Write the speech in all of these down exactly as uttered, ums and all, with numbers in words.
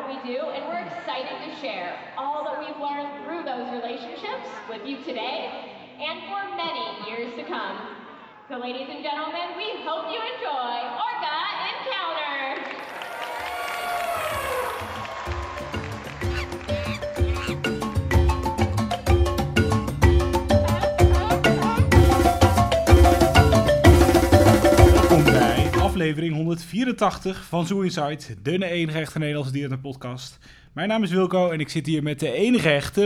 what we do, and we're excited to share all that we've learned through those relationships with you today and for many years to come. So ladies and gentlemen, we hope you enjoy Orca Encounters! Aflevering honderdvierentachtig van Zoo Inside, de enige echte Nederlandse dierenpodcast. Mijn naam is Wilco en ik zit hier met de enige echte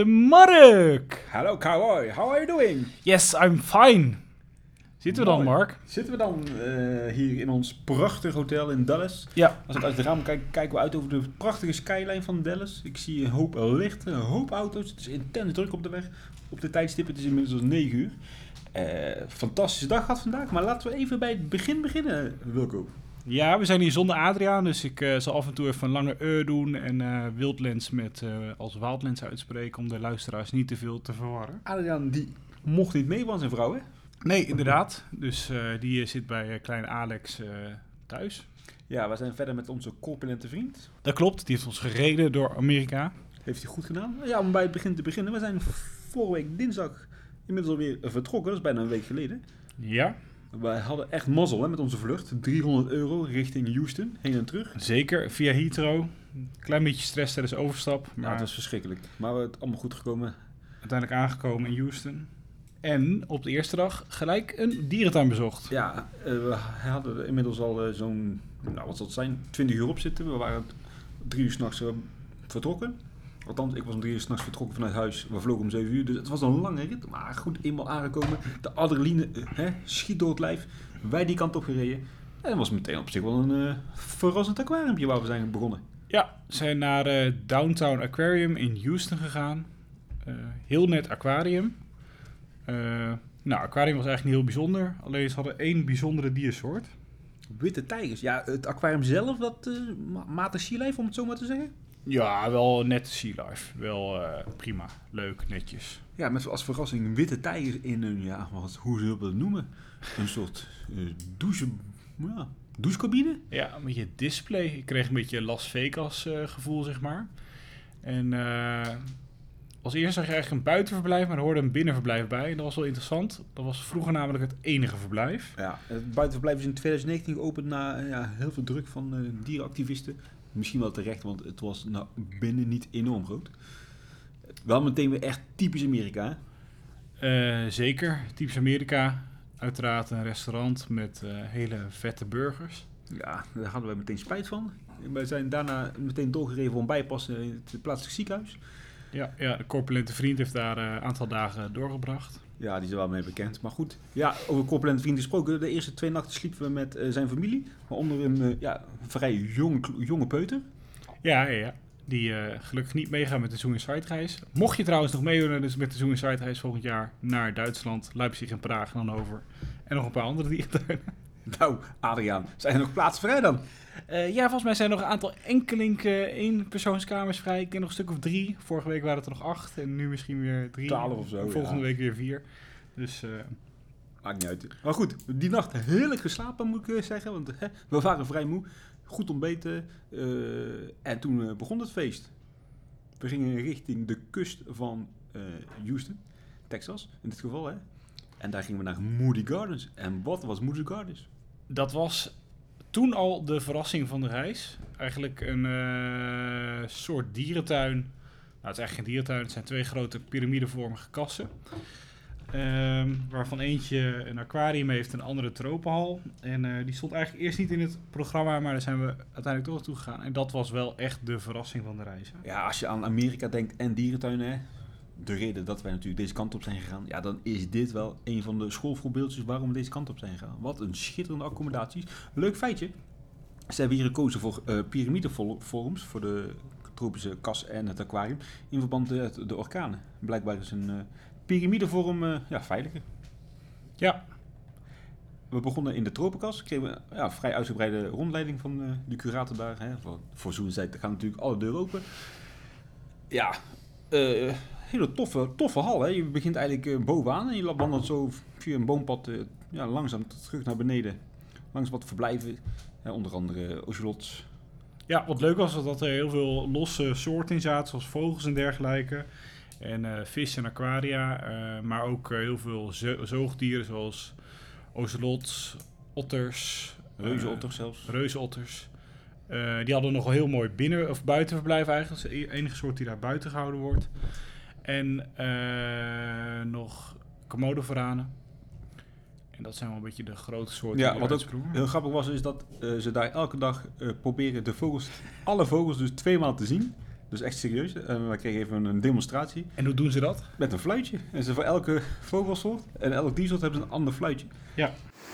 Mark. Hallo cowboy, how are you doing? Yes, I'm fine. Zitten we dan, Mooi. Mark? Zitten we dan uh, hier in ons prachtig hotel in Dallas? Ja. Als ik uit het raam kijk, kijken we uit over de prachtige skyline van Dallas. Ik zie een hoop lichten, een hoop auto's. Het is intens druk op de weg. Op de tijdstip, het is inmiddels negen uur. Uh, fantastische dag gehad vandaag, maar laten we even bij het begin beginnen, Wilco. Ja, we zijn hier zonder Adriaan, dus ik uh, zal af en toe even een lange eur doen en uh, Wildlands met uh, als Wildlands uitspreken om de luisteraars niet te veel te verwarren. Adriaan, die mocht niet mee van zijn vrouw, hè? Nee, inderdaad. Dus uh, die zit bij uh, klein Alex uh, thuis. Ja, we zijn verder met onze corpulente vriend. Dat klopt, die heeft ons gereden door Amerika. Heeft hij goed gedaan? Ja, om bij het begin te beginnen. We zijn vorige week dinsdag inmiddels alweer vertrokken, dat is bijna een week geleden. Ja. Wij hadden echt mazzel hè, met onze vlucht. driehonderd euro richting Houston, heen en terug. Zeker, via Heathrow. Klein beetje stress tijdens de overstap. Maar ja, dat is verschrikkelijk. Maar we het allemaal goed gekomen. Uiteindelijk aangekomen in Houston. En op de eerste dag gelijk een dierentuin bezocht. Ja, uh, we hadden inmiddels al uh, zo'n, nou wat zal het zijn, twintig uur op zitten. We waren drie uur s'nachts uh, vertrokken. Althans, ik was om drie uur s'nachts vertrokken vanuit huis. We vlogen om zeven uur, dus het was een lange rit. Maar goed, eenmaal aangekomen. De adrenaline uh, hè, schiet door het lijf. Wij die kant op gereden. En dat was meteen op zich wel een uh, verrassend aquariumpje waar we zijn begonnen. Ja, we zijn naar uh, Downtown Aquarium in Houston gegaan. Uh, heel net aquarium. Uh, nou, aquarium was eigenlijk niet heel bijzonder. Alleen ze hadden één bijzondere diersoort. Witte tijgers. Ja, het aquarium zelf, dat uh, matig sea life, om het zo maar te zeggen. Ja, wel net sea life. Wel uh, prima, leuk, netjes. Ja, met als verrassing witte tijgers in een, ja, wat, hoe zullen we het noemen? Een soort uh, douche, ja, douchecabine? Ja, een beetje display. Ik kreeg een beetje Las Vegas uh, gevoel, zeg maar. En uh, als eerste zag je eigenlijk een buitenverblijf, maar er hoorde een binnenverblijf bij. En dat was wel interessant. Dat was vroeger namelijk het enige verblijf. Ja, het buitenverblijf is in twintig negentien geopend na ja, heel veel druk van uh, dierenactivisten. Misschien wel terecht, want het was nou binnen niet enorm groot. Wel meteen weer echt typisch Amerika, hè? Uh, zeker, typisch Amerika. Uiteraard een restaurant met uh, hele vette burgers. Ja, daar hadden wij meteen spijt van. Wij zijn daarna meteen doorgereden voor een bijpas in het plaatselijk ziekenhuis. Ja, ja, de corpulente vriend heeft daar een uh, aantal dagen doorgebracht. Ja, die is er wel mee bekend. Maar goed, ja, over corpulente vriend gesproken. De eerste twee nachten sliepen we met uh, zijn familie. Waaronder een uh, ja, vrij jong, jonge peuter. Ja, ja, ja. Die uh, gelukkig niet meegaan met de Zoo Inside reis. Mocht je trouwens nog meedoen dus met de Zoo Inside reis volgend jaar naar Duitsland, Leipzig en Praag en Hannover. En nog een paar andere dierentuinen. Nou, Adriaan, zijn er nog plaatsen vrij dan? Uh, ja, volgens mij zijn er nog een aantal enkelink uh, éénpersoonskamers vrij. Ik ken nog een stuk of drie. Vorige week waren het er nog acht en nu misschien weer drie. Twaalf of zo, Volgende ja. week weer vier. Dus uh, maakt niet uit. Maar goed, die nacht heerlijk geslapen moet ik zeggen. Want hè, we waren vrij moe. Goed ontbeten. Uh, en toen uh, begon het feest. We gingen richting de kust van uh, Houston, Texas in dit geval. Hè. En daar gingen we naar Moody Gardens. En wat was Moody Gardens? Dat was toen al de verrassing van de reis. Eigenlijk een uh, soort dierentuin. Nou, het is eigenlijk geen dierentuin. Het zijn twee grote piramidevormige kassen. Um, waarvan eentje een aquarium heeft en een andere tropenhal. En uh, die stond eigenlijk eerst niet in het programma, maar daar zijn we uiteindelijk toch naartoe gegaan. En dat was wel echt de verrassing van de reis. Hè? Ja, als je aan Amerika denkt en dierentuinen, hè, de reden dat wij natuurlijk deze kant op zijn gegaan, ja, dan is dit wel een van de schoolvoorbeeldjes waarom we deze kant op zijn gegaan. Wat een schitterende accommodaties. Leuk feitje. Ze hebben hier gekozen voor uh, piramidevorms voor de tropische kas en het aquarium in verband met de orkanen. Blijkbaar is een uh, piramidevorm uh, ja, veiliger. Ja. We begonnen in de tropenkas. Kregen we ja, vrij uitgebreide rondleiding van uh, de curator daar. Hè. Voor, voor zo'n tijd gaan natuurlijk alle deuren open. Ja, uh, hele toffe, toffe hal. Hè. Je begint eigenlijk uh, bovenaan en je wandelt zo via een boompad uh, ja, langzaam terug naar beneden. Langs wat verblijven. Hè, onder andere ocelots. Ja, wat leuk was, was dat er heel veel losse soorten in zaten, zoals vogels en dergelijke. En uh, vis en aquaria, uh, maar ook uh, heel veel zo- zoogdieren zoals ocelots, otters. Reuzenotters uh, zelfs. Reuzenotters. Uh, die hadden nog een heel mooi binnen- of buitenverblijf eigenlijk. Dat is de enige soort die daar buiten gehouden wordt. En uh, nog komodovaranen. En dat zijn wel een beetje de grote soorten. Ja, wat ook heel grappig was, is dat uh, ze daar elke dag uh, proberen de vogels, alle vogels dus tweemaal te zien. Dus echt serieus. Uh, we kregen even een demonstratie. En hoe doen ze dat? Met een fluitje. En ze voor elke vogelsoort en elk diersoort hebben ze een ander fluitje. Ja.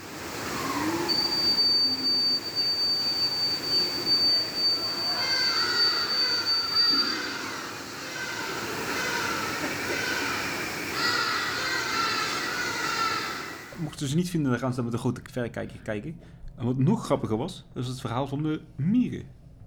Mochten ze niet vinden, dan gaan ze dan met een grote verrekijker kijken. En wat nog grappiger was, is het verhaal van de mieren.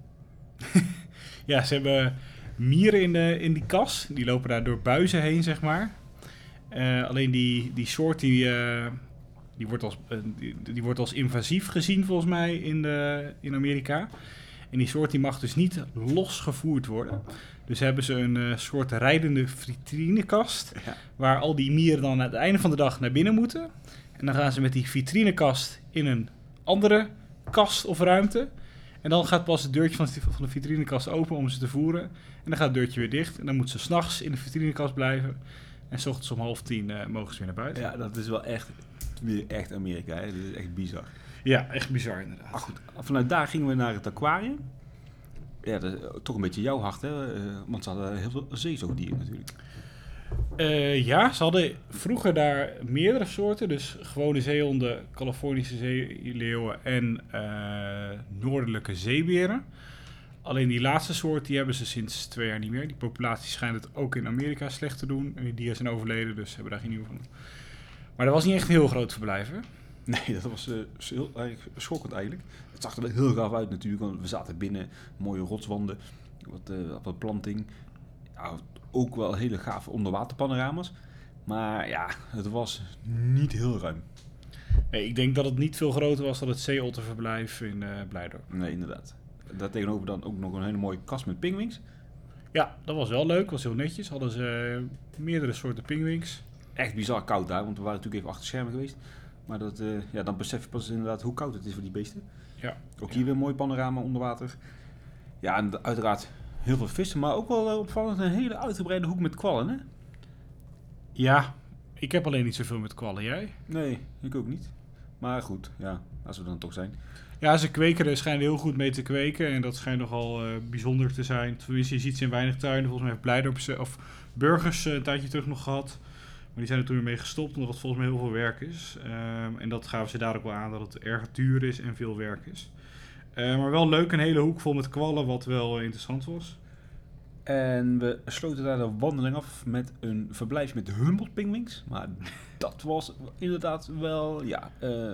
Ja, ze hebben mieren in, de, in die kas. Die lopen daar door buizen heen, zeg maar. Uh, alleen die, die soort die, uh, die, wordt als, uh, die, die wordt als invasief gezien, volgens mij, in, de, in Amerika. En die soort die mag dus niet losgevoerd worden. Dus hebben ze een uh, soort rijdende vitrinekast. Ja. Waar al die mieren dan aan het einde van de dag naar binnen moeten. En dan gaan ze met die vitrinekast in een andere kast of ruimte. En dan gaat pas het deurtje van de, van de vitrinekast open om ze te voeren. En dan gaat het deurtje weer dicht. En dan moeten ze 's nachts in de vitrinekast blijven. En 's ochtends om half tien uh, mogen ze weer naar buiten. Ja, dat is wel echt, weer echt Amerika. Hè? Dat is echt bizar. Ja, echt bizar inderdaad. Ah, goed. Vanuit daar gingen we naar het aquarium. Ja, dat is toch een beetje jouw hart, hè? Uh, want ze hadden heel veel zeezoogdieren natuurlijk. Uh, ja, ze hadden vroeger daar meerdere soorten. Dus gewone zeehonden, Californische zeeleeuwen en uh, noordelijke zeeberen. Alleen die laatste soort die hebben ze sinds twee jaar niet meer. Die populatie schijnt het ook in Amerika slecht te doen. En die dieren zijn overleden, dus hebben daar geen nieuwe van. Maar dat was niet echt een heel groot verblijf, hè? Nee, dat was uh, heel erg schokkend eigenlijk. Het zag er heel gaaf uit natuurlijk, want we zaten binnen, mooie rotswanden, wat, uh, wat planting. Ja, ook wel hele gave onderwaterpanorama's. Maar ja, het was niet heel ruim. Nee, ik denk dat het niet veel groter was dan het zeeotterverblijf in uh, Blijdorp. Nee, inderdaad. Daartegenover dan ook nog een hele mooie kast met pingwings. Ja, dat was wel leuk, was heel netjes. Hadden ze uh, meerdere soorten pingwings. Echt bizar koud daar, want we waren natuurlijk even achter schermen geweest. Maar dat, uh, ja, dan besef je pas inderdaad hoe koud het is voor die beesten. Ja. Ook hier weer een mooi panorama onder water. Ja, en de, uiteraard heel veel vissen, maar ook wel uh, opvallend een hele uitgebreide hoek met kwallen, hè? Ja, ik heb alleen niet zoveel met kwallen. Jij? Nee, ik ook niet. Maar goed, ja, als we dan toch zijn. Ja, ze kweken er schijnen heel goed mee te kweken. En dat schijnt nogal uh, bijzonder te zijn. Tenminste, je ziet ze in weinig tuinen. Volgens mij heeft Blijdorp of Burgers uh, een tijdje terug nog gehad. Maar die zijn er toen weer mee gestopt, omdat het volgens mij heel veel werk is. Um, en dat gaven ze daar ook wel aan, dat het erg duur is en veel werk is. Uh, maar wel leuk, een hele hoek vol met kwallen, wat wel interessant was. En we sloten daar de wandeling af met een verblijf met Humboldt pingwings. Maar dat was inderdaad wel, ja, uh,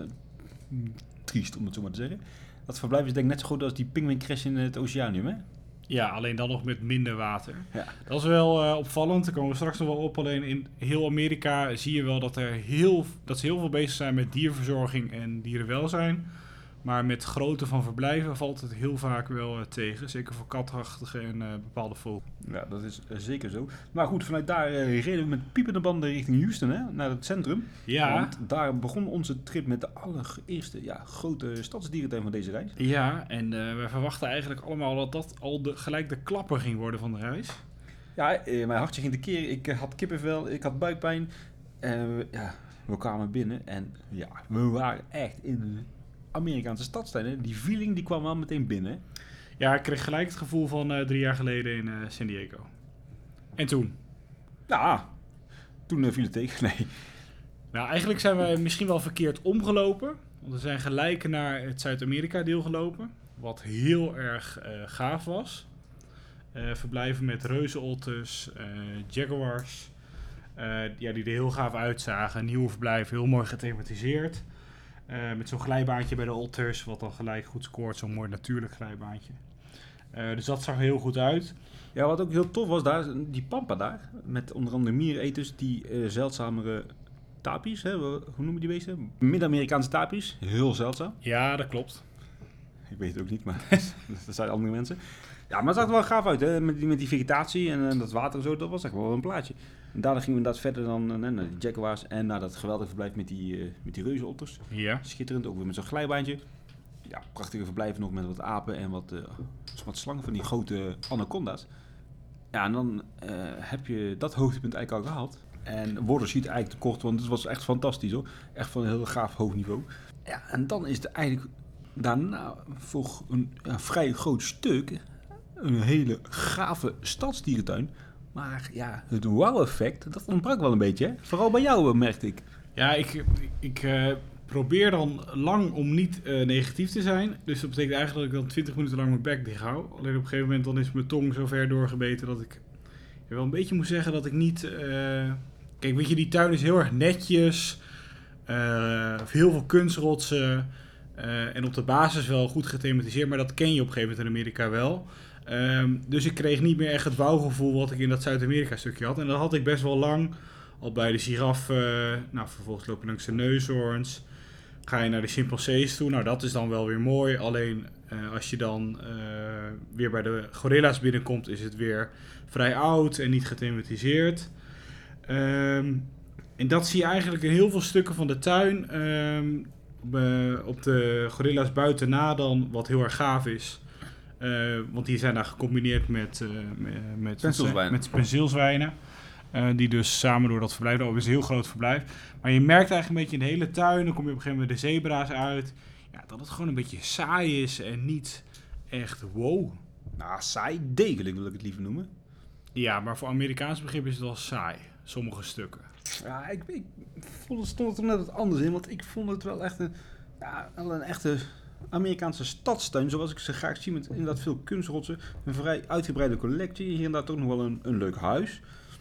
triest om het zo maar te zeggen. Dat verblijf is denk ik net zo groot als die pingwingcrash in het Oceanium, hè? Ja, alleen dan nog met minder water. Ja. Dat is wel uh, opvallend, daar komen we straks nog wel op. Alleen in heel Amerika zie je wel dat, er heel, dat ze heel veel bezig zijn met dierverzorging en dierenwelzijn. Maar met grootte van verblijven valt het heel vaak wel uh, tegen. Zeker voor katachtige en uh, bepaalde vogels. Ja, dat is uh, zeker zo. Maar goed, vanuit daar uh, reden we met piepende banden richting Houston, hè, naar het centrum. Ja. Want daar begon onze trip met de allereerste ja, grote stadsdierentuin van deze reis. Ja, en uh, we verwachten eigenlijk allemaal dat dat al de, gelijk de klapper ging worden van de reis. Ja, uh, mijn hartje ging de keer. Ik uh, had kippenvel, ik had buikpijn. En uh, ja, we kwamen binnen en ja, we waren echt in een Amerikaanse stadstuin. Hè. Die feeling die kwam wel meteen binnen. Ja, ik kreeg gelijk het gevoel van uh, drie jaar geleden in uh, San Diego. En toen? Ja, toen uh, viel het tegen. Nee. Nou, eigenlijk zijn we misschien wel verkeerd omgelopen. Want we zijn gelijk naar het Zuid-Amerika deel gelopen. Wat heel erg uh, gaaf was. Uh, verblijven met reuzenotters, uh, jaguars. Uh, ja, die er heel gaaf uitzagen. Nieuwe verblijven, heel mooi gethematiseerd. Uh, met zo'n glijbaantje bij de otters, wat dan gelijk goed scoort. Zo'n mooi natuurlijk glijbaantje. Uh, dus dat zag er heel goed uit. Ja, wat ook heel tof was daar, die pampa daar. Met onder andere miereneters, die uh, zeldzamere tapies, hè, hoe noemen die beesten? Midden-Amerikaanse tapies, heel zeldzaam. Ja, dat klopt. ik weet het ook niet, maar dat zijn andere mensen. Ja, maar het zag er wel gaaf uit, hè? Met, die, met die vegetatie en, en dat water en zo, dat was echt wel een plaatje. En daarna gingen we inderdaad verder dan uh, naar die Jaguars en naar dat geweldige verblijf met die, uh, met die reuzenotters. Ja. Schitterend, ook weer met zo'n glijbaantje. Ja, prachtige verblijven nog met wat apen en wat, uh, wat slangen van die grote anaconda's. Ja, en dan uh, heb je dat hoogtepunt eigenlijk al gehad. En woorden schiet eigenlijk te kort, want het was echt fantastisch hoor. Echt van een heel gaaf hoog niveau. Ja, en dan is er eigenlijk daarna voor een ja, vrij groot stuk een hele gave stadsdierentuin. Maar ja, het wow-effect, dat ontbrak wel een beetje, hè? Vooral bij jou, merkte ik. Ja, ik, ik uh, probeer dan lang om niet uh, negatief te zijn. Dus dat betekent eigenlijk dat ik dan twintig minuten lang mijn bek dicht hou. Alleen op een gegeven moment dan is mijn tong zo ver doorgebeten dat ik ja, wel een beetje moet zeggen dat ik niet... Uh... Kijk, weet je, die tuin is heel erg netjes. Uh, heel veel kunstrotsen. Uh, en op de basis wel goed gethematiseerd. Maar dat ken je op een gegeven moment in Amerika wel. Um, dus ik kreeg niet meer echt het wauwgevoel wat ik in dat Zuid-Amerika stukje had. En dat had ik best wel lang. Al bij de giraffen. Uh, nou, vervolgens loop je langs de neushoorns. Ga je naar de chimpansees toe. Nou, dat is dan wel weer mooi. Alleen uh, als je dan uh, weer bij de gorilla's binnenkomt, is het weer vrij oud en niet gethematiseerd. Um, en dat zie je eigenlijk in heel veel stukken van de tuin. Um, op de gorilla's buitenna dan, wat heel erg gaaf is. Uh, want die zijn daar gecombineerd met, uh, met, met penseelzwijnen. Met penseelzwijnen. Uh, die dus samen door dat verblijf lopen. Het is een heel groot verblijf. Maar je merkt eigenlijk een beetje in de hele tuin. Dan kom je op een gegeven moment de zebra's uit. Ja, dat het gewoon een beetje saai is en niet echt wow. Nou, saai degelijk wil ik het liever noemen. Ja, maar voor Amerikaans begrip is het wel saai. Sommige stukken. Ja, ik, ik vond het stond er net wat anders in. Want ik vond het wel echt een, ja, wel een echte Amerikaanse stadstuin. Zoals ik ze graag zie. Met inderdaad veel kunstrotsen. Een vrij uitgebreide collectie. Hier en daar toch nog wel een, een leuk huis.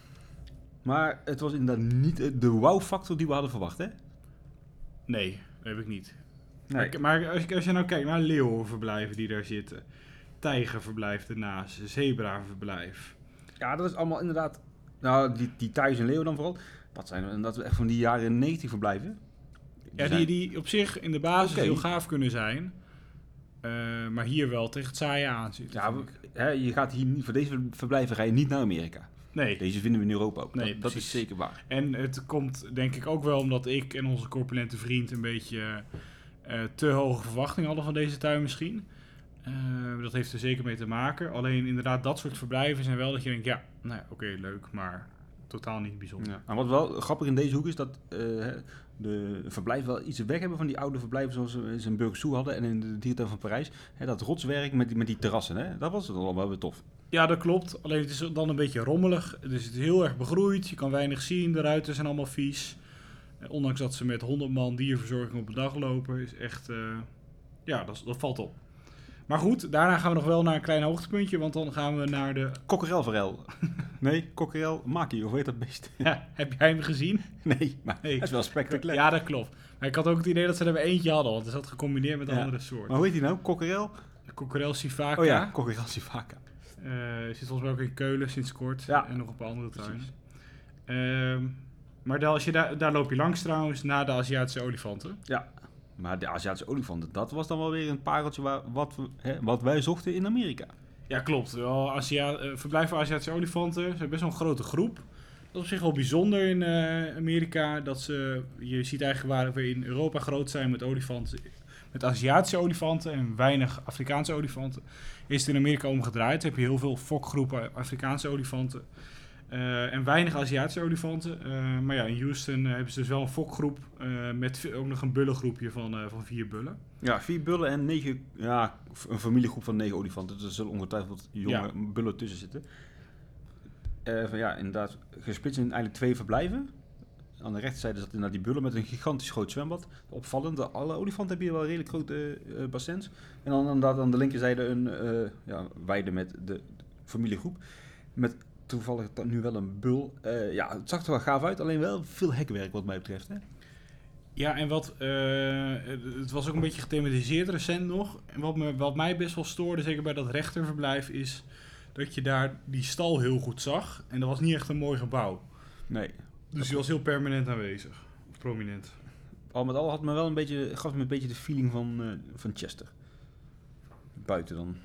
Maar het was inderdaad niet de wow-factor die we hadden verwacht, hè? Nee, dat heb ik niet. Nee. Maar, maar als, je, als je nou kijkt naar leeuwenverblijven die daar zitten. Tijgerverblijf ernaast. Zebraverblijf. Ja, dat is allemaal inderdaad... Nou, die, die Thijs en Leeuw dan vooral. Dat zijn inderdaad echt van die jaren negentig verblijven. Die ja, zijn... die, die op zich in de basis okay. heel gaaf kunnen zijn. Uh, maar hier wel tegen het saaie aan zit. Ja, hè, je gaat hier niet, voor deze verblijven ga je niet naar Amerika. Nee. Deze vinden we in Europa ook. Nee, dat, dat is zeker waar. En het komt denk ik ook wel omdat ik en onze corpulente vriend een beetje uh, te hoge verwachtingen hadden van deze tuin misschien. Uh, dat heeft er zeker mee te maken. Alleen inderdaad, dat soort verblijven zijn wel dat je denkt, ja, nou ja, oké, okay, leuk, maar totaal niet bijzonder. Ja. En wat wel grappig in deze hoek is, dat uh, de verblijven wel iets weg hebben van die oude verblijven zoals we in Burgersoe hadden en in de dierentuin van Parijs. Hè, dat rotswerk met die, met die terrassen, hè? Dat was het al wel weer tof. Ja, dat klopt. Alleen het is dan een beetje rommelig. Dus het is heel erg begroeid. Je kan weinig zien. De ruiten zijn allemaal vies. Uh, ondanks dat ze met honderd man dierverzorging op een dag lopen, is echt, uh, ja, dat, dat valt op. Maar goed, daarna gaan we nog wel naar een klein hoogtepuntje, want dan gaan we naar de... Kokkerelverel. Nee, kokkerel maki, of weet dat beest? Ja, heb jij hem gezien? Nee, maar nee. dat is wel spectaculair. Ja, dat klopt. Maar ik had ook het idee dat ze er maar eentje hadden, want het zat gecombineerd met een ja. andere soort. Maar hoe heet die nou? Kokkerel? Kokkerel sivaka. Oh ja, kokkerel sivaka. Uh, zit volgens mij ook in Keulen sinds kort. Ja. En nog op een andere tuin. Uh, maar daar, als je daar, daar loop je langs trouwens, na de Aziatische olifanten. Ja. Maar de Aziatische olifanten, dat was dan wel weer een pareltje waar, wat, we, hè, wat wij zochten in Amerika. Ja, klopt. Wel, Azia- uh, verblijf voor Aziatische olifanten. Ze zijn best wel een grote groep. Dat is op zich wel bijzonder in uh, Amerika. Dat ze, je ziet eigenlijk waar we in Europa groot zijn met olifanten, met Aziatische olifanten en weinig Afrikaanse olifanten, is het in Amerika omgedraaid. Dan heb je heel veel fokgroepen Afrikaanse olifanten. Uh, en weinig Aziatische olifanten. Uh, maar ja, in Houston uh, hebben ze dus wel een fokgroep uh, met ook nog een bullengroepje van, uh, van vier bullen. Ja, vier bullen en negen, ja, een familiegroep van negen olifanten. Dus er zullen ongetwijfeld jonge ja. bullen tussen zitten. Uh, van, ja, inderdaad, gesplitst in eigenlijk twee verblijven. Aan de rechterzijde zat inderdaad die bullen met een gigantisch groot zwembad. Opvallend, alle olifanten hebben hier wel redelijk grote uh, bassins. En dan inderdaad aan de linkerzijde een uh, ja, weide met de, de familiegroep. Met toevallig nu wel een bul. Uh, ja, het zag er wel gaaf uit, alleen wel veel hekwerk wat mij betreft. Hè? Ja, en wat, uh, het was ook een beetje gethematiseerd recent nog. En wat, me, wat mij best wel stoorde, zeker bij dat rechterverblijf, is dat je daar die stal heel goed zag. En dat was niet echt een mooi gebouw. Nee. Dus die was heel permanent aanwezig. Of prominent. Al met al had me wel een beetje, gaf me een beetje de feeling van, uh, van Chester. Buiten dan.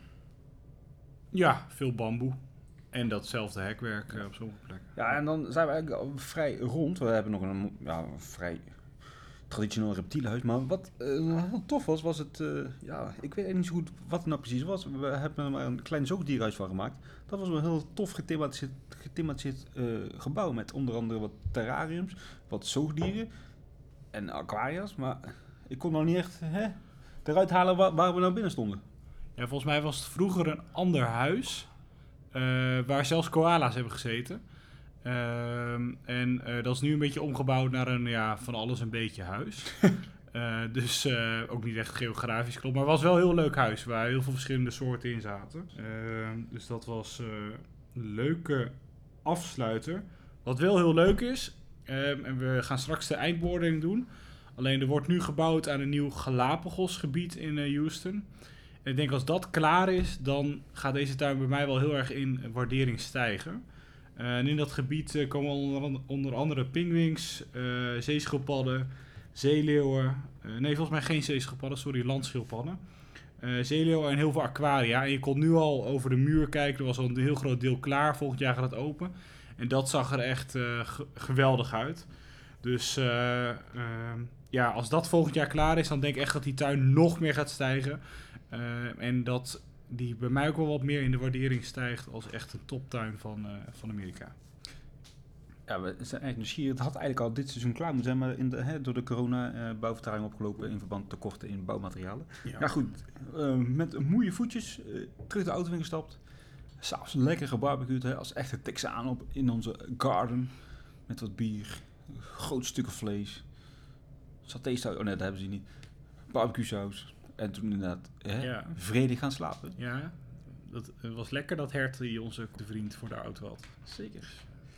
Ja, veel bamboe. En datzelfde hekwerk uh, op sommige plekken. Ja, en dan zijn we eigenlijk al vrij rond. We hebben nog een ja, vrij traditioneel reptielenhuis. Maar wat uh, heel tof was, was het... Uh, ja, ik weet eigenlijk niet zo goed wat het nou precies was. We hebben er maar een klein zoogdierhuis van gemaakt. Dat was een heel tof gethematiseerd, gethematiseerd uh, gebouw. Met onder andere wat terrariums, wat zoogdieren en aquaria's. Maar ik kon nog niet echt hè, eruit halen waar, waar we nou binnen stonden. Ja, volgens mij was het vroeger een ander huis. Uh, waar zelfs koala's hebben gezeten. Uh, en uh, dat is nu een beetje omgebouwd naar een ja, van alles een beetje huis. uh, dus uh, ook niet echt geografisch klopt. Maar het was wel een heel leuk huis waar heel veel verschillende soorten in zaten. Uh, dus dat was uh, een leuke afsluiter. Wat wel heel leuk is. Uh, en we gaan straks de eindbeoordeling doen. Alleen er wordt nu gebouwd aan een nieuw Galapagos gebied in uh, Houston. En ik denk als dat klaar is, dan gaat deze tuin bij mij wel heel erg in waardering stijgen. Uh, en in dat gebied uh, komen onder, onder andere pinguïns, uh, zeeschildpadden, zeeleeuwen. Uh, nee, volgens mij geen zeeschildpadden, sorry, landschildpadden. Uh, zeeleeuwen en heel veel aquaria. En je kon nu al over de muur kijken, er was al een heel groot deel klaar. Volgend jaar gaat het open. En dat zag er echt uh, g- geweldig uit. Dus uh, uh, ja, als dat volgend jaar klaar is, dan denk ik echt dat die tuin nog meer gaat stijgen. Uh, en dat die bij mij ook wel wat meer in de waardering stijgt als echt een toptuin van, uh, van Amerika. Ja, we zijn eigenlijk nieuwsgierig. Het had eigenlijk al dit seizoen klaar moeten zijn, maar in de, hè, door de corona uh, bouwvertraging opgelopen in verband met tekorten in bouwmaterialen. Ja, ja goed, uh, met moeie voetjes uh, terug de auto ingestapt. S'avonds lekker gebarbecued, hè, als echte Texaan op in onze garden. Met wat bier, groot stukken vlees, satésaus, oh nee, dat hebben ze niet. Barbecue saus. En toen inderdaad hè, ja. vredig gaan slapen. Ja, dat het was lekker dat hert die onze vriend voor de auto had. Zeker.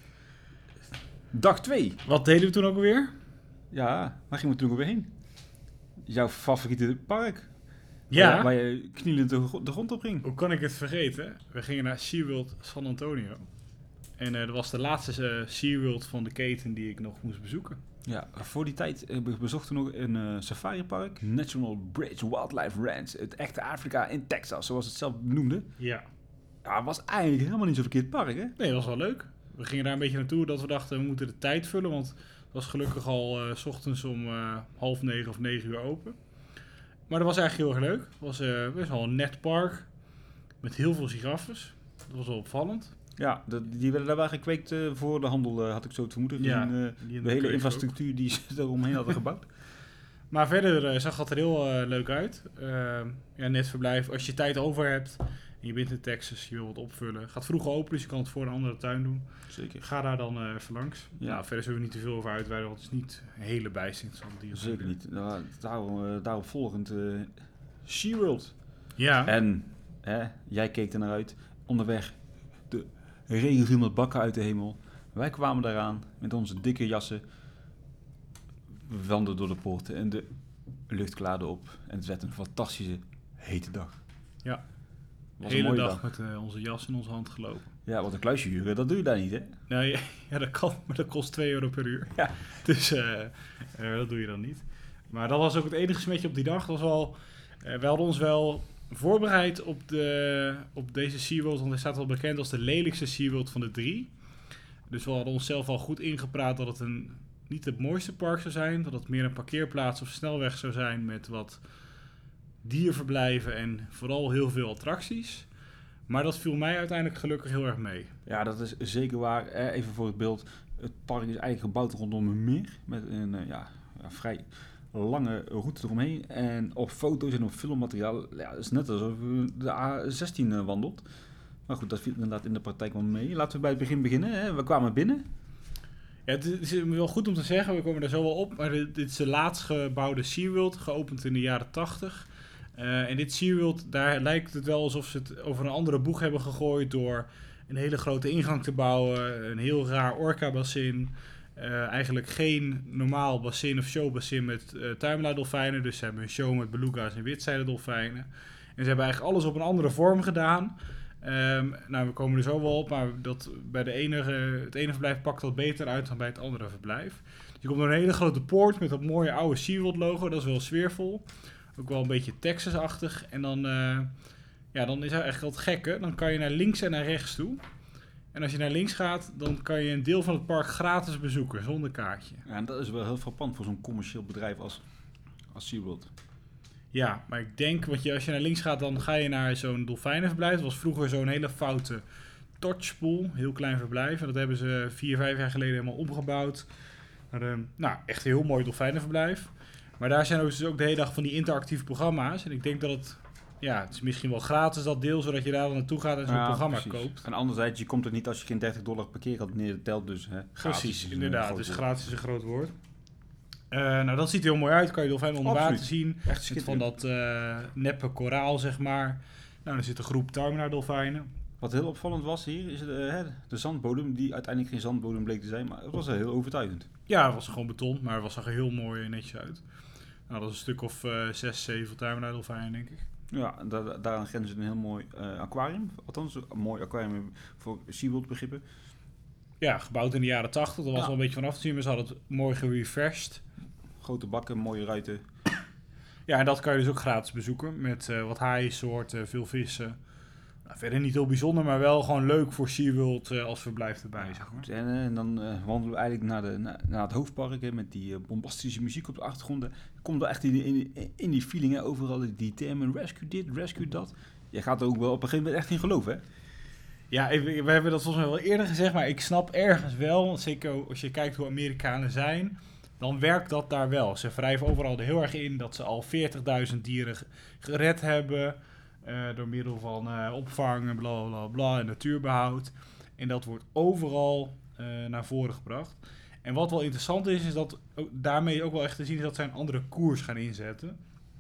Dag twee. Wat deden we toen ook alweer? Ja, waar gingen we toen ook weer heen? Jouw favoriete park. Ja. Waar, waar je knielend de, gro- de grond op ging. Hoe kan ik het vergeten? We gingen naar SeaWorld San Antonio. En uh, dat was de laatste uh, SeaWorld van de keten die ik nog moest bezoeken. Ja, voor die tijd uh, bezochten we nog een uh, safaripark. National Bridge Wildlife Ranch. Het echte Afrika in Texas, zoals het zelf noemde. Ja. Ja, het was eigenlijk helemaal niet zo'n verkeerd park, hè? Nee, dat was wel leuk. We gingen daar een beetje naartoe dat we dachten, we moeten de tijd vullen. Want het was gelukkig al uh, 's ochtends om uh, half negen of negen uur open. Maar dat was eigenlijk heel erg leuk. Het was uh, best wel een net park. Met heel veel giraffes. Dat was wel opvallend. Ja, de, die werden daar wel gekweekt uh, voor de handel, uh, had ik zo te vermoeden. Ja, in, uh, in de hele infrastructuur ook. Die ze eromheen hadden gebouwd. Maar verder uh, zag het er heel uh, leuk uit. Uh, ja, net verblijf. Als je tijd over hebt en je bent in Texas, je wil wat opvullen. Gaat vroeg open, dus je kan het voor een andere tuin doen. Zeker. Ga daar dan uh, even langs. Ja. Nou, verder zullen we niet te veel over uitweiden, want het is niet een hele bijzin. Zeker niet. Nou, daarom, uh, daarop volgend uh, SeaWorld. Ja. En hè, jij keek er naar uit. Onderweg de regen viel met bakken uit de hemel. Wij kwamen daaraan met onze dikke jassen. We wandelden door de poorten en de lucht klaarde op. En het werd een fantastische, hete dag. Ja. De hele dag, dag met uh, onze jas in onze hand gelopen. Ja, wat een kluisje huren, dat doe je daar niet, hè? Nou, ja, ja, dat kan, maar dat kost twee euro per uur. Ja. Dus uh, uh, dat doe je dan niet. Maar dat was ook het enige smetje op die dag. Dat was wel, uh, we hadden ons wel voorbereid op, de, op deze SeaWorld, want hij staat wel bekend als de lelijkste SeaWorld van de drie. Dus we hadden onszelf al goed ingepraat dat het een, niet het mooiste park zou zijn. Dat het meer een parkeerplaats of snelweg zou zijn met wat dierverblijven en vooral heel veel attracties. Maar dat viel mij uiteindelijk gelukkig heel erg mee. Ja, dat is zeker waar. Even voor het beeld. Het park is eigenlijk gebouwd rondom een meer. Met een ja, ja, vrij lange route eromheen. En op foto's en op filmmateriaal, ja, het is net alsof je de A zestien wandelt. Maar goed, dat viel inderdaad in de praktijk wel mee. Laten we bij het begin beginnen. Hè. We kwamen binnen. Ja, het is wel goed om te zeggen, we komen daar zo wel op. Maar dit is de laatst gebouwde SeaWorld, geopend in de jaren tachtig. Uh, en dit SeaWorld, daar lijkt het wel alsof ze het over een andere boeg hebben gegooid door een hele grote ingang te bouwen. Een heel raar orca-bassin. Uh, eigenlijk geen normaal bassin of showbassin met uh, tuimelaardolfijnen. Dus ze hebben een show met beluga's en witzijdendolfijnen. En ze hebben eigenlijk alles op een andere vorm gedaan. Um, nou, we komen er zo wel op, maar dat bij de enige, het ene verblijf pakt dat beter uit dan bij het andere verblijf. Dus je komt door een hele grote poort met dat mooie oude SeaWorld logo. Dat is wel sfeervol. Ook wel een beetje Texas-achtig. En dan uh, ja, dan is er echt wat gekke. Dan kan je naar links en naar rechts toe. En als je naar links gaat, dan kan je een deel van het park gratis bezoeken, zonder kaartje. Ja, en dat is wel heel frappant voor zo'n commercieel bedrijf als, als SeaWorld. Ja, maar ik denk, want je, als je naar links gaat, dan ga je naar zo'n dolfijnenverblijf. Dat was vroeger zo'n hele foute torchpool, heel klein verblijf. En dat hebben ze vier, vijf jaar geleden helemaal omgebouwd. Naar een, nou, echt een heel mooi dolfijnenverblijf. Maar daar zijn ook, dus ook de hele dag van die interactieve programma's. En ik denk dat het, ja, het is misschien wel gratis dat deel, zodat je daar dan naartoe gaat en zo'n Ja, programma precies. koopt. En anderzijds, je komt er niet als je geen dertig dollar per keer had neer telt, dus hè, gratis Precies, is een inderdaad. groot Dus woord. gratis is een groot woord. Uh, nou, dat ziet er heel mooi uit. Kan je dolfijn onder water Absoluut. zien. Echt Met schitterend. van dat uh, neppe koraal, zeg maar. Nou, er zit een groep tuimelaardolfijnen. Wat heel opvallend was hier, is de, hè, de zandbodem, die uiteindelijk geen zandbodem bleek te zijn, maar het was heel overtuigend. Ja, het was gewoon beton, maar het zag er heel mooi netjes uit. Nou, dat is een stuk of uh, zes, zeven tuimelaardolfijnen, denk ik. Ja, daar, daaraan grenst een heel mooi uh, aquarium. Althans, een mooi aquarium voor SeaWorld begrippen. Ja, gebouwd in de jaren tachtig. Dat was Ja. wel een beetje vanaf te zien, maar ze hadden het mooi gerefreshed. Grote bakken, mooie ruiten. Ja, en dat kan je dus ook gratis bezoeken. Met uh, wat haaiensoorten, veel vissen. Nou, verder niet heel bijzonder, maar wel gewoon leuk voor SeaWorld uh, als verblijf erbij. Ja, zeg maar. goed. En, uh, en dan uh, wandelen we eigenlijk naar, de, naar, naar het hoofdpark hè, met die uh, bombastische muziek op de achtergrond. Komt er echt in, in, in die feeling, hè, overal die termen, rescue dit, rescue dat. Je gaat er ook wel op een gegeven moment echt in geloven, hè? Ja, we hebben dat volgens mij wel eerder gezegd, maar ik snap ergens wel, zeker als je kijkt hoe Amerikanen zijn, dan werkt dat daar wel. Ze wrijven overal er heel erg in dat ze al veertigduizend dieren gered hebben, uh, door middel van uh, opvang en bla bla bla en natuurbehoud. En dat wordt overal uh, naar voren gebracht. En wat wel interessant is, is dat ook, daarmee ook wel echt te zien is dat zij een andere koers gaan inzetten.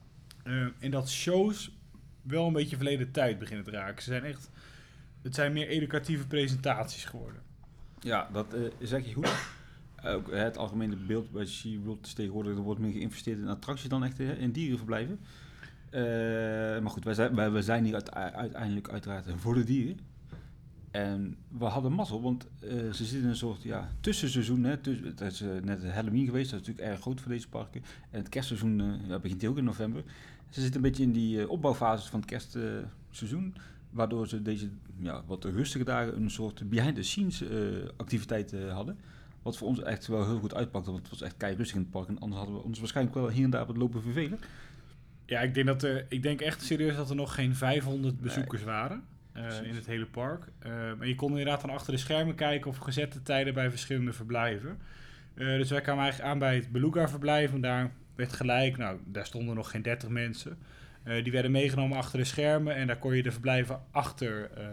Uh, en dat shows wel een beetje verleden tijd beginnen te raken. Ze zijn echt... Het zijn meer educatieve presentaties geworden. Ja, dat uh, zeg je goed. Uh, ook, uh, het algemene beeld bij SeaWorld is tegenwoordig, er wordt meer geïnvesteerd in attracties dan echt uh, in dierenverblijven. Uh, maar goed, wij zijn, wij, wij zijn hier uit, uiteindelijk uiteraard voor de dieren. En we hadden mazzel, want uh, ze zitten in een soort ja, tussenseizoen. Hè, tuss- het is uh, net Halloween geweest, dat is natuurlijk erg groot voor deze parken. En het kerstseizoen uh, ja, begint ook in november. Ze zitten een beetje in die uh, opbouwfase van het kerstseizoen. Uh, Waardoor ze deze ja, wat rustige dagen een soort behind-the-scenes uh, activiteit uh, hadden. Wat voor ons echt wel heel goed uitpakte, want het was echt kei rustig in het park. En anders hadden we ons waarschijnlijk wel hier en daar op het lopen vervelen. Ja, ik denk, dat er, ik denk echt serieus dat er nog geen vijfhonderd bezoekers nee. waren uh, in het hele park. Uh, maar je kon inderdaad van achter de schermen kijken of gezette tijden bij verschillende verblijven. Uh, dus wij kwamen eigenlijk aan bij het Beluga-verblijf en daar werd gelijk, nou, daar stonden nog geen dertig mensen. Uh, die werden meegenomen achter de schermen en daar kon je de verblijven achter uh,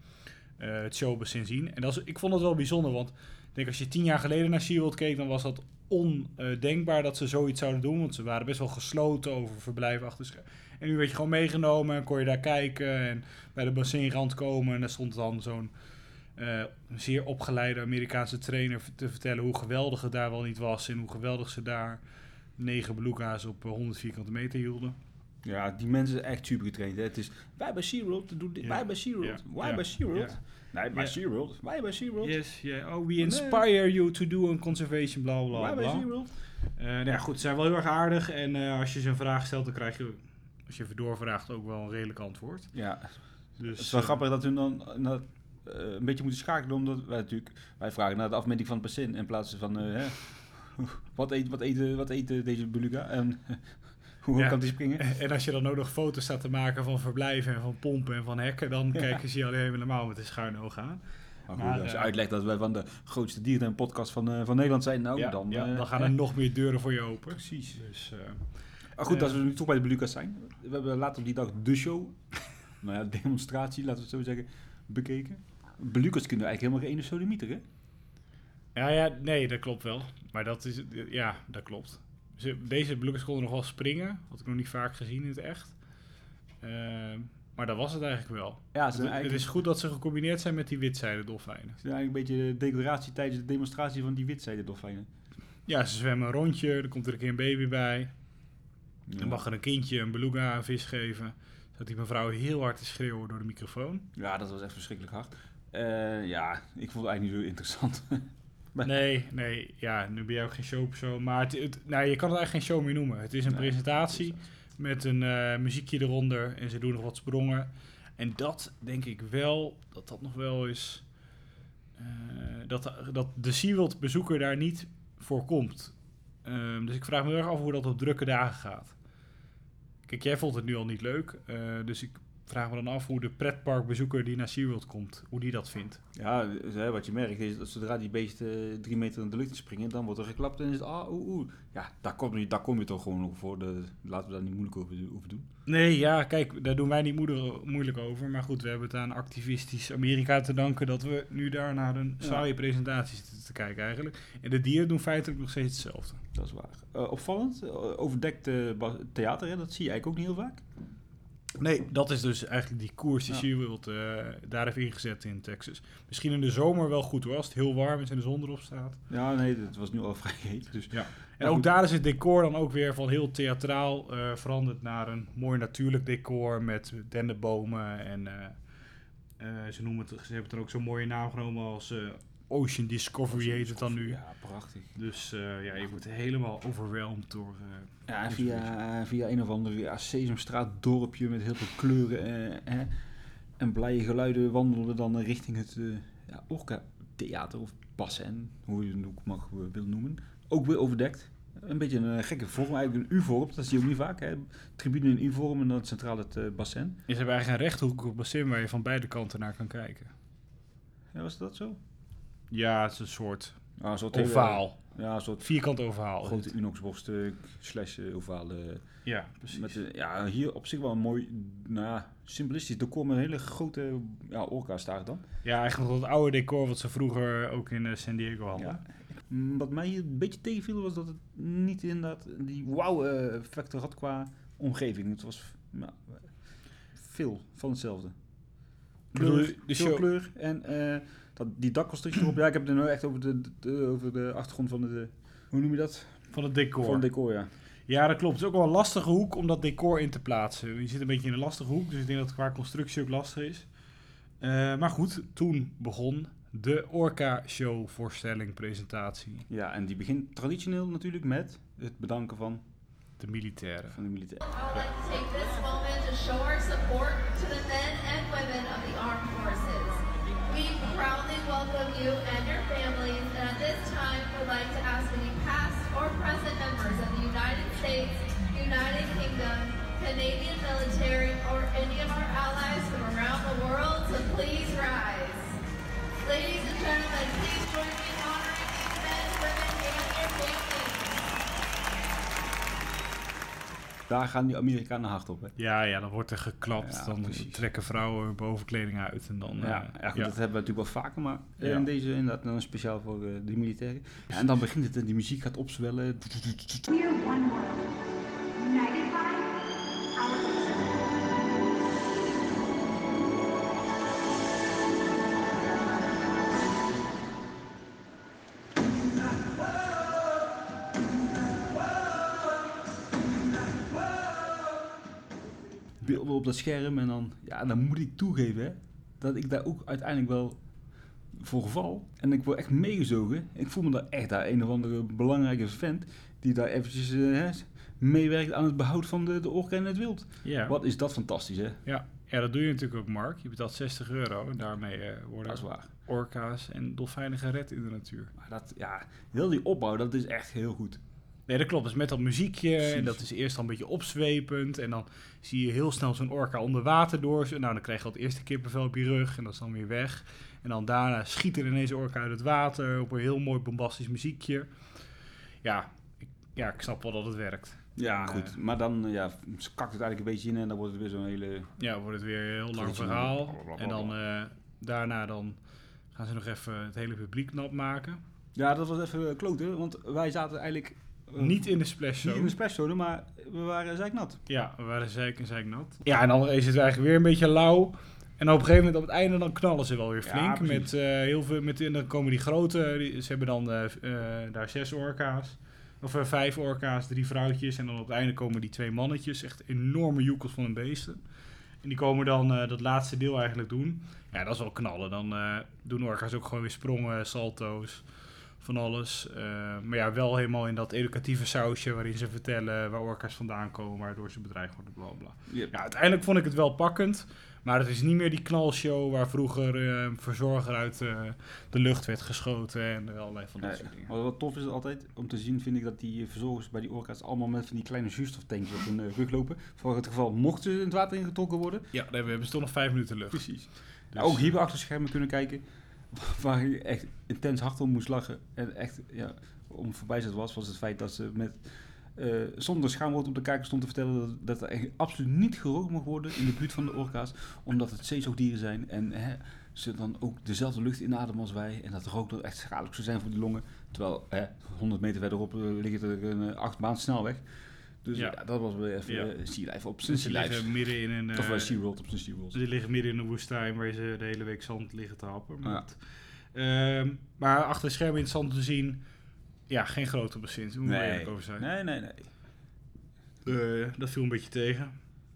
uh, het showbassin zien. En dat is, ik vond het wel bijzonder, want ik denk als je tien jaar geleden naar SeaWorld keek, dan was dat ondenkbaar dat ze zoiets zouden doen, want ze waren best wel gesloten over verblijven achter de schermen. En nu werd je gewoon meegenomen en kon je daar kijken en bij de bassinrand komen en daar stond dan zo'n uh, zeer opgeleide Amerikaanse trainer te vertellen hoe geweldig het daar wel niet was en hoe geweldig ze daar negen beluga's op honderd vierkante meter hielden. Ja, die mensen zijn echt super getraind. Hè. Het is, wij bij SeaWorld, doen dit, ja. wij bij SeaWorld, ja. wij ja. bij SeaWorld. Ja. Nee, bij ja. SeaWorld, wij bij SeaWorld. Yes, yeah. Oh, we inspire you to do a conservation, bla bla Wij bla. bij SeaWorld. Uh, nou ja, goed, ze zijn wel heel erg aardig en uh, als je ze een vraag stelt, dan krijg je, als je even doorvraagt, ook wel een redelijk antwoord. Ja, dus, het is wel uh, grappig dat we dan uh, uh, een beetje moeten schakelen, omdat wij natuurlijk, wij vragen naar de afmeting van het bassin in plaats van, uh, hè, wat, eet, wat, eten, wat eten deze beluga en hoe hoog ja. kan die springen? En als je dan ook nog foto's staat te maken van verblijven en van pompen en van hekken, dan ja. kijken ze je alleen helemaal met een schuine oog aan. Maar goed, maar, als je uh, uitlegt dat wij van de grootste dierenpodcast van, uh, van Nederland zijn, nou ja, dan... Ja, uh, dan gaan er eh, nog meer deuren voor je open. Precies. Dus, uh, maar goed, uh, als we nu toch bij de beluga's zijn. We hebben later op die dag de show, nou ja, demonstratie, laten we het zo zeggen, bekeken. Beluga's kunnen eigenlijk helemaal geen ene sodemieter, hè? Ja, ja, nee, dat klopt wel. Maar dat is, ja, dat klopt. Ze, deze beluga's konden nog wel springen. Had ik nog niet vaak gezien in het echt. Uh, maar dat was het eigenlijk wel. Ja, het, eigenlijk... het is goed dat ze gecombineerd zijn met die witzijde dolfijnen. Het is eigenlijk een beetje de decoratie tijdens de demonstratie van die witzijde dolfijnen. Ja, ze zwemmen een rondje, er komt er een keer een baby bij. Ja. Dan mag er een kindje een beluga een vis geven. Zat die mevrouw heel hard te schreeuwen door de microfoon. Ja, dat was echt verschrikkelijk hard. Uh, ja, ik vond het eigenlijk niet zo interessant. Nee, nee, ja, nu ben jij ook geen showpersoon. Maar het, het, nou, je kan het eigenlijk geen show meer noemen. Het is een nee, presentatie met een uh, muziekje eronder en ze doen nog wat sprongen. En dat denk ik wel, dat dat nog wel is... Uh, dat, dat de SeaWorld bezoeker daar niet voor komt. Um, dus ik vraag me heel erg af hoe dat op drukke dagen gaat. Kijk, jij vond het nu al niet leuk. Uh, dus ik vraag me dan af hoe de pretparkbezoeker die naar SeaWorld komt, hoe die dat vindt. Ja, wat je merkt is dat zodra die beesten drie meter in de lucht springen, dan wordt er geklapt en is het ah, oeh, oeh. Ja, daar kom, je, daar kom je toch gewoon nog voor. De, laten we daar niet moeilijk over, over doen. Nee, ja, kijk, daar doen wij niet moeder, moeilijk over. Maar goed, we hebben het aan activistisch Amerika te danken dat we nu daar naar een saaie ja. presentatie zitten te kijken eigenlijk. En de dieren doen feitelijk nog steeds hetzelfde. Dat is waar. Uh, opvallend, uh, overdekt uh, theater, hè? Dat zie je eigenlijk ook niet heel vaak. Nee, dat is dus eigenlijk die koers die ja. SeaWorld uh, daar heeft ingezet in Texas. Misschien in de zomer wel goed hoor, als het heel warm is en de zon erop staat. Ja, nee, het was nu al vrij heet. Dus. Ja. En ja, ook goed. Daar is het decor dan ook weer van heel theatraal uh, veranderd naar een mooi natuurlijk decor met dennenbomen. En uh, uh, ze, noemen het, ze hebben het er ook zo'n mooie naam genomen als uh, Ocean Discovery heet het dan nu. Ja, prachtig. Dus uh, ja, je wordt helemaal overweldigd door... Uh, ja, via, via een of ander ja, Sesamstraat dorpje met heel veel kleuren eh, eh, en blije geluiden wandelden we dan richting het uh, ja, Orca Theater of bassin, hoe je het ook mag uh, willen noemen. Ook weer overdekt. Een beetje een uh, gekke vorm, eigenlijk een U-vorm, dat zie je ook niet vaak. Hè? Tribune in U-vorm en dan centraal het uh, bassin. Je hebt eigenlijk een rechthoekig bassin waar je van beide kanten naar kan kijken. Ja, was dat zo? Ja, het is een soort, ah, een soort ovaal. Ja, een soort vierkant ovaal. Grote inoxborststuk, slash ovale. Ja, precies. Met, uh, ja, hier op zich wel een mooi, nou ja, simplistisch decor met een hele grote ja, orka's daar dan. Ja, eigenlijk het oude decor wat ze vroeger ook in uh, San Diego hadden. Ja. Wat mij hier een beetje tegenviel was dat het niet inderdaad die wauw-effecten had qua omgeving. Het was nou, veel van hetzelfde. Kleur, de veel kleur en uh, dat, die dakconstructie erop. Ja, ik heb het nu echt over de, de, over de achtergrond van de, hoe noem je dat? Van het decor. Van het decor, ja. Ja, dat klopt. Het is ook wel een lastige hoek om dat decor in te plaatsen. Je zit een beetje in een lastige hoek, dus ik denk dat het qua constructie ook lastig is. Uh, maar goed, toen begon de Orca Show voorstelling presentatie. Ja, en die begint traditioneel natuurlijk met het bedanken van de militairen. Van de militairen. I would like to take this moment to show our support to the men and women of the armed forces. We proudly welcome you and your families, and at this time would like to ask any past or present members of the United States, United Kingdom, Canadian military, or any of our allies from around the world to please rise. Ladies and gentlemen, please join me in honoring these men, women, and their families. Daar gaan die Amerikanen hard op, hè? Ja, ja, dan wordt er geklapt. Ja, dan precies. trekken vrouwen hun bovenkleding uit. En dan, Ja, uh, ja, goed, ja. dat hebben we natuurlijk wel vaker, maar Ja. in deze inderdaad dan speciaal voor uh, de militairen. Ja, en dan begint het en die muziek gaat opzwellen. We are one world, united by our purpose. Beelden op dat scherm en dan, ja, dan moet ik toegeven hè, dat ik daar ook uiteindelijk wel voor val. En ik word echt meegezogen. Ik voel me daar echt daar een of andere belangrijke vent die daar eventjes uh, hè, meewerkt aan het behoud van de, de orka in het wild. Ja. Wat is dat fantastisch, hè? Ja. ja, dat doe je natuurlijk ook, Mark. Je betaalt zestig euro en daarmee uh, worden Dat is waar. orka's en dolfijnen gered in de natuur. Maar dat, ja, heel die opbouw, dat is echt heel goed. Nee, dat klopt. Dus met dat muziekje Precies. en dat is eerst al een beetje opzwepend en dan zie je heel snel zo'n orka onder water door. Nou, dan krijg je al het eerste kippenvel op je rug en dat is dan weer weg. En dan daarna schiet er ineens een orka uit het water op een heel mooi bombastisch muziekje. Ja, ik, ja, ik snap wel dat het werkt. Ja, en, goed. Uh, Maar dan uh, ja, kakt het eigenlijk een beetje in en dan wordt het weer zo'n hele... Ja, wordt het weer een heel lang verhaal. En dan uh, daarna dan gaan ze nog even het hele publiek nat maken. Ja, dat was even kloten, want wij zaten eigenlijk... Uh, niet in de splash Niet zone. in de splash zone, maar we waren zeiknat. Ja, we waren zeik en zeiknat. Ja, en dan is het eigenlijk weer een beetje lauw. En op een gegeven moment op het einde dan knallen ze wel weer flink. Ja, met uh, heel veel, met, en dan komen die grote, die, ze hebben dan uh, uh, daar zes orka's. Of uh, vijf orka's, drie vrouwtjes. En dan op het einde komen die twee mannetjes. Echt enorme joekels van een beesten. En die komen dan uh, dat laatste deel eigenlijk doen. Ja, dat is wel knallen. Dan uh, doen orka's ook gewoon weer sprongen, salto's. Van alles. Uh, maar ja, wel helemaal in dat educatieve sausje waarin ze vertellen waar orka's vandaan komen, waardoor ze bedreigd worden, bla bla. Yep. Ja, uiteindelijk vond ik het wel pakkend. Maar het is niet meer die knalshow waar vroeger uh, een verzorger uit uh, de lucht werd geschoten en allerlei van dat Nee, soort dingen. wat, wat tof is altijd om te zien, vind ik dat die verzorgers bij die orka's allemaal met van die kleine zuurstoftanks op hun uh, rug lopen. Voor het geval mochten ze in het water ingetrokken worden. Ja, we hebben ze toch nog vijf minuten lucht. Precies. Dus, ook hier achter schermen kunnen kijken, waar je echt intens hard om moest lachen. En echt, ja, om voorbij zet was, was het feit dat ze met... Uh, zonder schaamwoord op de kijker stond te vertellen dat, dat er echt absoluut niet gerookt mag worden in de buurt van de orka's, omdat het zeezoogdieren zijn en hè, ze dan ook dezelfde lucht inademen als wij en dat rook dan echt schadelijk zou zijn voor die longen, terwijl hè, honderd meter verderop uh, ligt er een uh, achtbaan snelweg. Dus ja. Ja, dat was weer even ja. uh, Sea Life op zijn Ze Sea liggen Life. midden in een... Uh, of uh, SeaWorld op zijn SeaWorld. Ze liggen midden in een woestijn waar ze de hele week zand liggen te happen. Maar, Ja. uh, maar achter de schermen interessant te zien, ja, geen grote bezins. Daar moet ik Nee. eerlijk over zijn. Nee, nee, nee. Uh, dat viel een beetje tegen.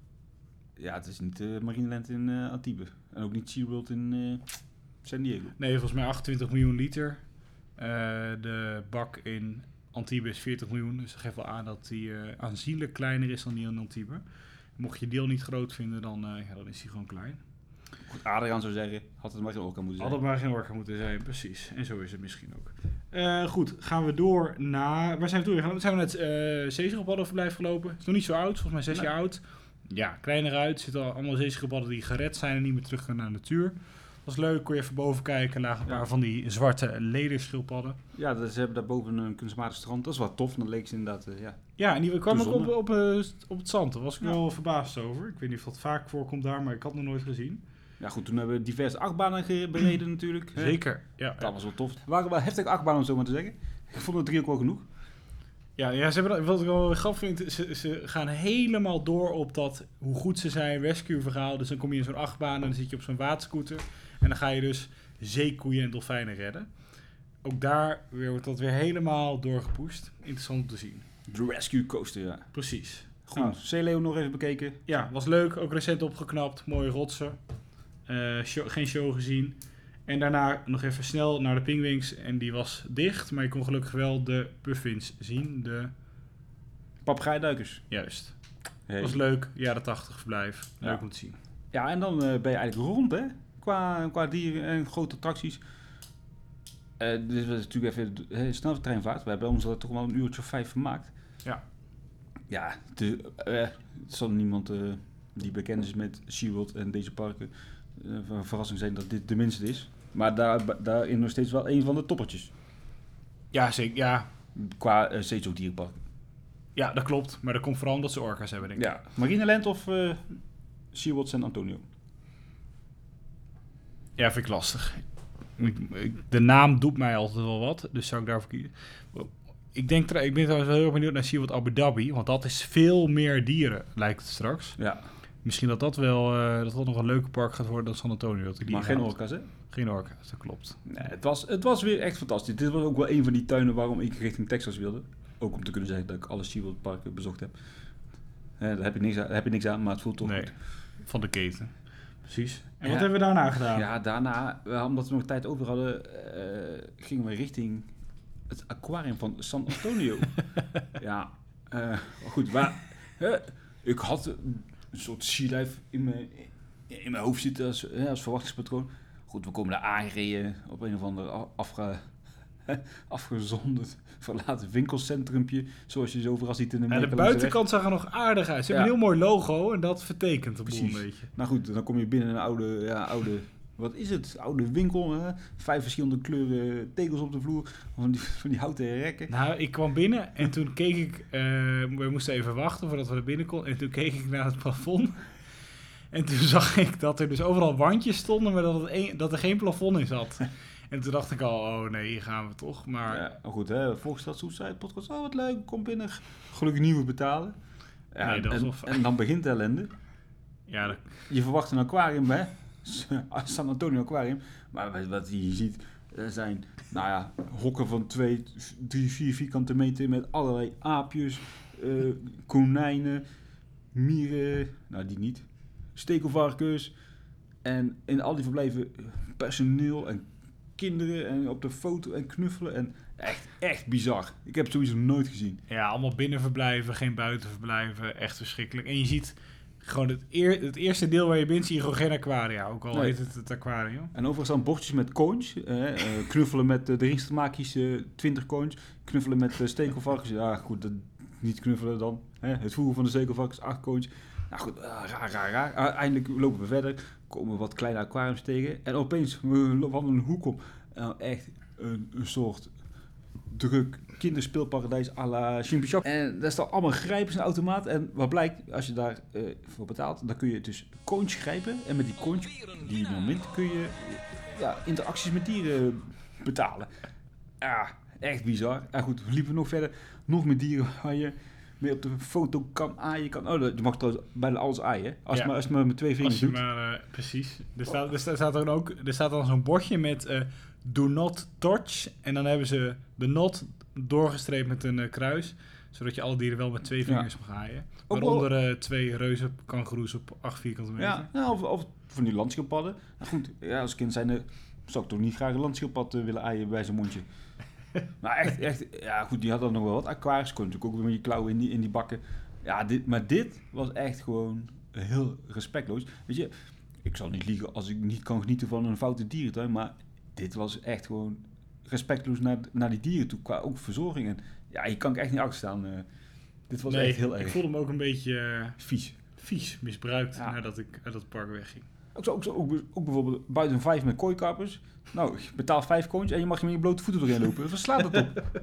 Ja, het is niet uh, Marineland in uh, Antibes. En ook niet SeaWorld in uh, San Diego. Nee, volgens mij achtentwintig miljoen liter. Uh, de bak in Antibes is veertig miljoen. Dus dat geeft wel aan dat die uh, aanzienlijk kleiner is dan die in Antibes. Mocht je deel niet groot vinden, dan, uh, ja, dan is die gewoon klein. Goed, Adriaan zou zeggen, had het maar geen orka moeten zijn. Had het maar geen orka moeten zijn, precies. En zo is het misschien ook. Uh, goed, gaan we door naar... Waar zijn we door? Zijn we net uh, zeeschildpaddenverblijf gelopen? Het is nog niet zo oud, volgens mij zes Nee. jaar oud. Ja, kleiner uit. Er zitten allemaal zeeschildpadden die gered zijn en niet meer terug kunnen naar de natuur. Dat was leuk, kon je even boven kijken. Lagen een Ja. paar van die zwarte lederschildpadden. Ja, dat, ze hebben daarboven een kunstmatig strand. Dat is wel tof. Dan leek ze inderdaad, uh, ja. Ja, en die kwam De ook op, zonne. op, uh, op het zand. Daar was ik Ja. wel verbaasd over. Ik weet niet of dat vaak voorkomt daar, maar ik had het nog nooit gezien. Ja goed, toen hebben we diverse achtbanen ge- bereden natuurlijk. Hè? Zeker, ja. Dat was wel tof. Het waren wel heftig achtbanen om zo maar te zeggen. Ik vond er drie ook wel genoeg. Ja, ja, ze hebben dat, wat ik wel grappig vind, ze, ze gaan helemaal door op dat, hoe goed ze zijn, rescue verhaal. Dus dan kom je in zo'n achtbaan en dan zit je op zo'n waterscooter. En dan ga je dus zeekoeien en dolfijnen redden. Ook daar weer, wordt dat weer helemaal doorgepusht. Interessant om te zien. De Rescue Coaster, ja. Precies. Goed, Nou, Zeeleeuw nog even bekeken. ja, was leuk. Ook recent opgeknapt. Mooie rotsen. Uh, show, geen show gezien. En daarna nog even snel naar de Pingwings. En die was dicht. Maar je kon gelukkig wel de puffins zien. De... Papegaaiduikers. Juist. Hey. Was leuk. Jaren tachtig verblijf. Leuk Ja. om te zien. Ja, en dan uh, ben je eigenlijk rond, hè. Qua, qua dieren en grote attracties. Uh, dit was natuurlijk even uh, snel treinvaart. We hebben ons er toch wel een uurtje of vijf vermaakt. Ja. Ja, de, uh, het zal niemand uh, die bekend is met SeaWorld en deze parken uh, een verrassing zijn dat dit de minste is. Maar daar, daarin nog steeds wel een van de toppertjes. Ja, zeker. Ja. Qua uh, zeezoogdierenparken. Ja, dat klopt. Maar dat komt vooral omdat ze orka's hebben, denk ik. Ja, Marineland of uh, SeaWorld San Antonio? Ja, vind ik lastig. Ik, ik, de naam doet mij altijd wel wat. Dus zou ik daarvoor kiezen. Ik, denk, ik ben trouwens wel heel erg benieuwd naar SeaWorld Abu Dhabi. Want dat is veel meer dieren, lijkt het straks. Ja. Misschien dat dat wel uh, dat dat nog een leuker park gaat worden dan San Antonio. Dat die Maar geen gaat. orka's, hè? Geen orka's, dat klopt. Nee, het was, het was weer echt fantastisch. Dit was ook wel een van die tuinen waarom ik richting Texas wilde. Ook om te kunnen zeggen dat ik alle SeaWorld parken bezocht heb. Eh, daar, heb ik niks aan, daar heb je niks aan, maar het voelt toch Nee, goed. van de keten. Precies. En Ja. wat hebben we daarna gedaan? Ja, daarna, uh, omdat we nog tijd over hadden, uh, gingen we richting het aquarium van San Antonio. ja, uh, goed, maar uh, ik had een soort sea life in mijn, in mijn hoofd zitten als, uh, als verwachtingspatroon. Goed, we komen daar aangereden op een of ander afge, afgezonderd verlaten winkelcentrumpje, zoals je zo overal ziet in de Ja, de Amerikaanse buitenkant zag er nog aardig uit. Ze hebben Ja. een heel mooi logo en dat vertekent de boel Precies. een beetje. Nou goed, dan kom je binnen een oude, ja, oude, wat is het? Oude winkel, hè? Vijf verschillende kleuren tegels op de vloer, van die, van die houten rekken. Nou, ik kwam binnen en toen keek ik... Uh, we moesten even wachten voordat we er binnen konden. En toen keek ik naar het plafond. En toen zag ik dat er dus overal wandjes stonden, maar dat, het een, dat er geen plafond in zat. En toen dacht ik al, oh nee, hier gaan we toch. Maar Ja, maar goed, hè? Volksstad Soestside podcast, oh wat leuk, kom binnen, gelukkig nieuwe betalen. Ja, Nee, dat is en, wel fijn. en dan begint de ellende. ja, dat, Je verwacht een aquarium, hè? San Antonio Aquarium. Maar wat je hier ziet, er zijn, nou ja, hokken van twee, drie, vier vierkante meter met allerlei aapjes, uh, konijnen, mieren, nou die niet, stekelvarkens. En in al die verblijven personeel en kinderen en op de foto en knuffelen en echt, echt bizar. Ik heb het sowieso nooit gezien. ja, allemaal binnenverblijven, geen buitenverblijven. Echt verschrikkelijk. En je ziet Gewoon het, eer, het eerste deel waar je bent zie je gewoon geen aquaria. Ook al Nee. heet het het aquarium. En overigens staan bordjes met coins. eh, eh, knuffelen met uh, de ringstermaakjes, uh, twintig coins. Knuffelen met uh, stekelvarkens. Ja, goed, dat, niet knuffelen dan. Hè? Het voeren van de stekelvarkens, acht coins. Nou goed, uh, raar, raar, raar. Uh, eindelijk lopen we verder. Komen wat kleine aquariums tegen. En opeens, we lopen een hoek op. Uh, echt een, een soort druk kinderspeelparadijs à la Chimpy Shop. En daar staan allemaal grijpers in de automaat. En wat blijkt, als je daar uh, voor betaalt, dan kun je dus coins grijpen. En met die coins die je dan wint, kun je ja, interacties met dieren betalen. Ja, echt bizar. En goed, we liepen nog verder. Nog meer dieren waar je mee op de foto kan aaien. Kan, oh, je mag trouwens bijna alles aaien. Als, Ja. maar, als je maar met twee vingers Als je doet. maar, uh, precies. Er staat, er staat, staat dan ook er staat dan zo'n bordje met uh, do not touch. En dan hebben ze de not doorgestreept met een uh, kruis. Zodat je alle dieren wel met twee vingers mag aaien. Ook wel- Waaronder uh, twee reuze kangoeroes op acht vierkante meter. Ja, nou, of, of van die landschildpadden. Nou goed, ja, als kind zijn er, zou ik toch niet graag een landschildpad uh, willen aaien bij zijn mondje. Maar echt, echt, ja goed, die had dan nog wel wat aquariums. Kon natuurlijk ook weer met je klauwen in die, in die bakken. Ja, dit, maar dit was echt gewoon heel respectloos. Weet je, ik zal niet liegen als ik niet kan genieten van een foute dierentuin, maar dit was echt gewoon respectloos naar, naar die dieren toe, qua ook verzorging. En ja, hier kan ik echt niet achter staan. Uh, dit was nee, echt heel erg ik voelde me ook een beetje uh, vies. vies, misbruikt Ja. nadat ik uit het park wegging. Ook, zo, ook, zo, ook, ook bijvoorbeeld buiten vijf met kooikarpers. Nou, je betaalt vijf coins en je mag je met je blote voeten doorheen lopen. Wat slaat dat op?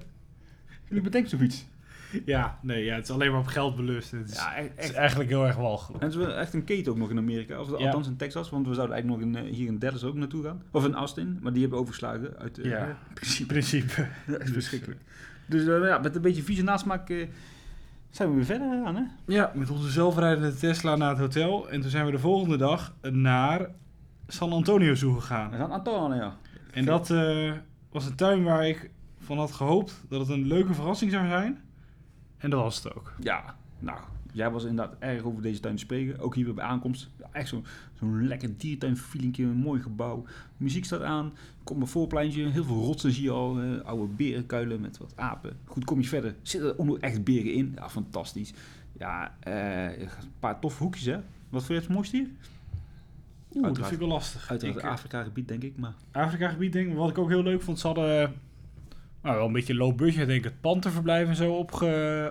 Wie bedenkt zoiets? Ja, nee, ja, het is alleen maar op geld belust. Het is, Ja, echt. het is echt. eigenlijk heel erg walgelijk. En ze hebben echt een keten ook nog in Amerika. Of Ja. althans in Texas. Want we zouden eigenlijk nog in, uh, hier in Dallas ook naartoe gaan. Of in Austin. Maar die hebben overgeslagen uit... Uh, Ja, in principe. Dat is verschrikkelijk. Dus uh, ja, met een beetje vieze nasmaak uh, zijn we weer verder gegaan, hè? Ja, met onze zelfrijdende Tesla naar het hotel. En toen zijn we de volgende dag naar San Antonio Zoo gegaan. We gaan Antonia. En dat uh, was een tuin waar ik van had gehoopt dat het een leuke verrassing zou zijn. En dat was het ook. Ja, nou, jij was inderdaad erg over deze tuin te spreken. Ook hier weer bij aankomst. Ja, echt zo'n zo'n lekker diertuin feelingje, een mooi gebouw. Muziek staat aan, komt een voorpleintje, heel veel rotsen zie je al. Uh, oude berenkuilen met wat apen. Goed, kom je verder. Zitten er ook nog echt beren in? Ja, fantastisch. Ja, uh, een paar toffe hoekjes, hè? Wat vind je het mooiste hier? Oeh, dat Uiteraard. vind ik wel lastig. Uiteraard Ik, het Afrika-gebied, denk ik, maar... Afrika gebied denk ik, wat ik ook heel leuk vond, ze hadden uh, nou, wel een beetje low budget, denk ik, het panterverblijf en zo opge,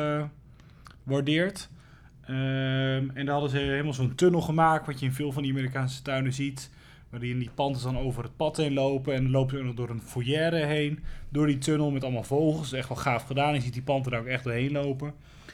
opgewaardeerd. Um, en daar hadden ze helemaal zo'n tunnel gemaakt, wat je in veel van die Amerikaanse tuinen ziet. Waar die in die panters dan over het pad heen lopen. En dan lopen ze ook nog door een foyer heen. Door die tunnel met allemaal vogels. Dat is echt wel gaaf gedaan. Je ziet die panter daar ook echt doorheen lopen.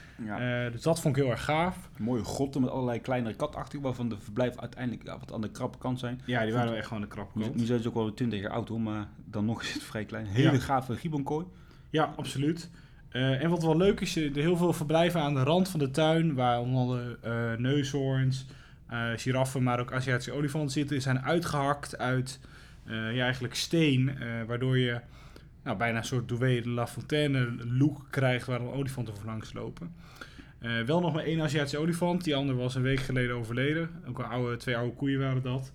Ja. Uh, dus dat vond ik heel erg gaaf. Mooie grotten met allerlei kleinere katachtigen, waarvan de verblijf uiteindelijk ja, wat aan de krappe kant zijn. Ja, die waren wel echt gewoon de krap Nu, kant. nu zijn ze ook wel twintig jaar oud hoor, maar dan nog is het vrij klein. Hele Ja. gave gibbonkooi. Ja, absoluut. Uh, en wat wel leuk is, er heel veel verblijven aan de rand van de tuin, waar onder andere uh, neushoorns, uh, giraffen, maar ook Aziatische olifanten zitten, zijn uitgehakt uit uh, ja, eigenlijk steen, uh, waardoor je nou, bijna een soort Douai de La Fontaine look krijgt waar dan olifanten voor langs lopen. Uh, wel nog maar één Aziatische olifant, die andere was een week geleden overleden. Ook een oude, twee oude koeien waren dat.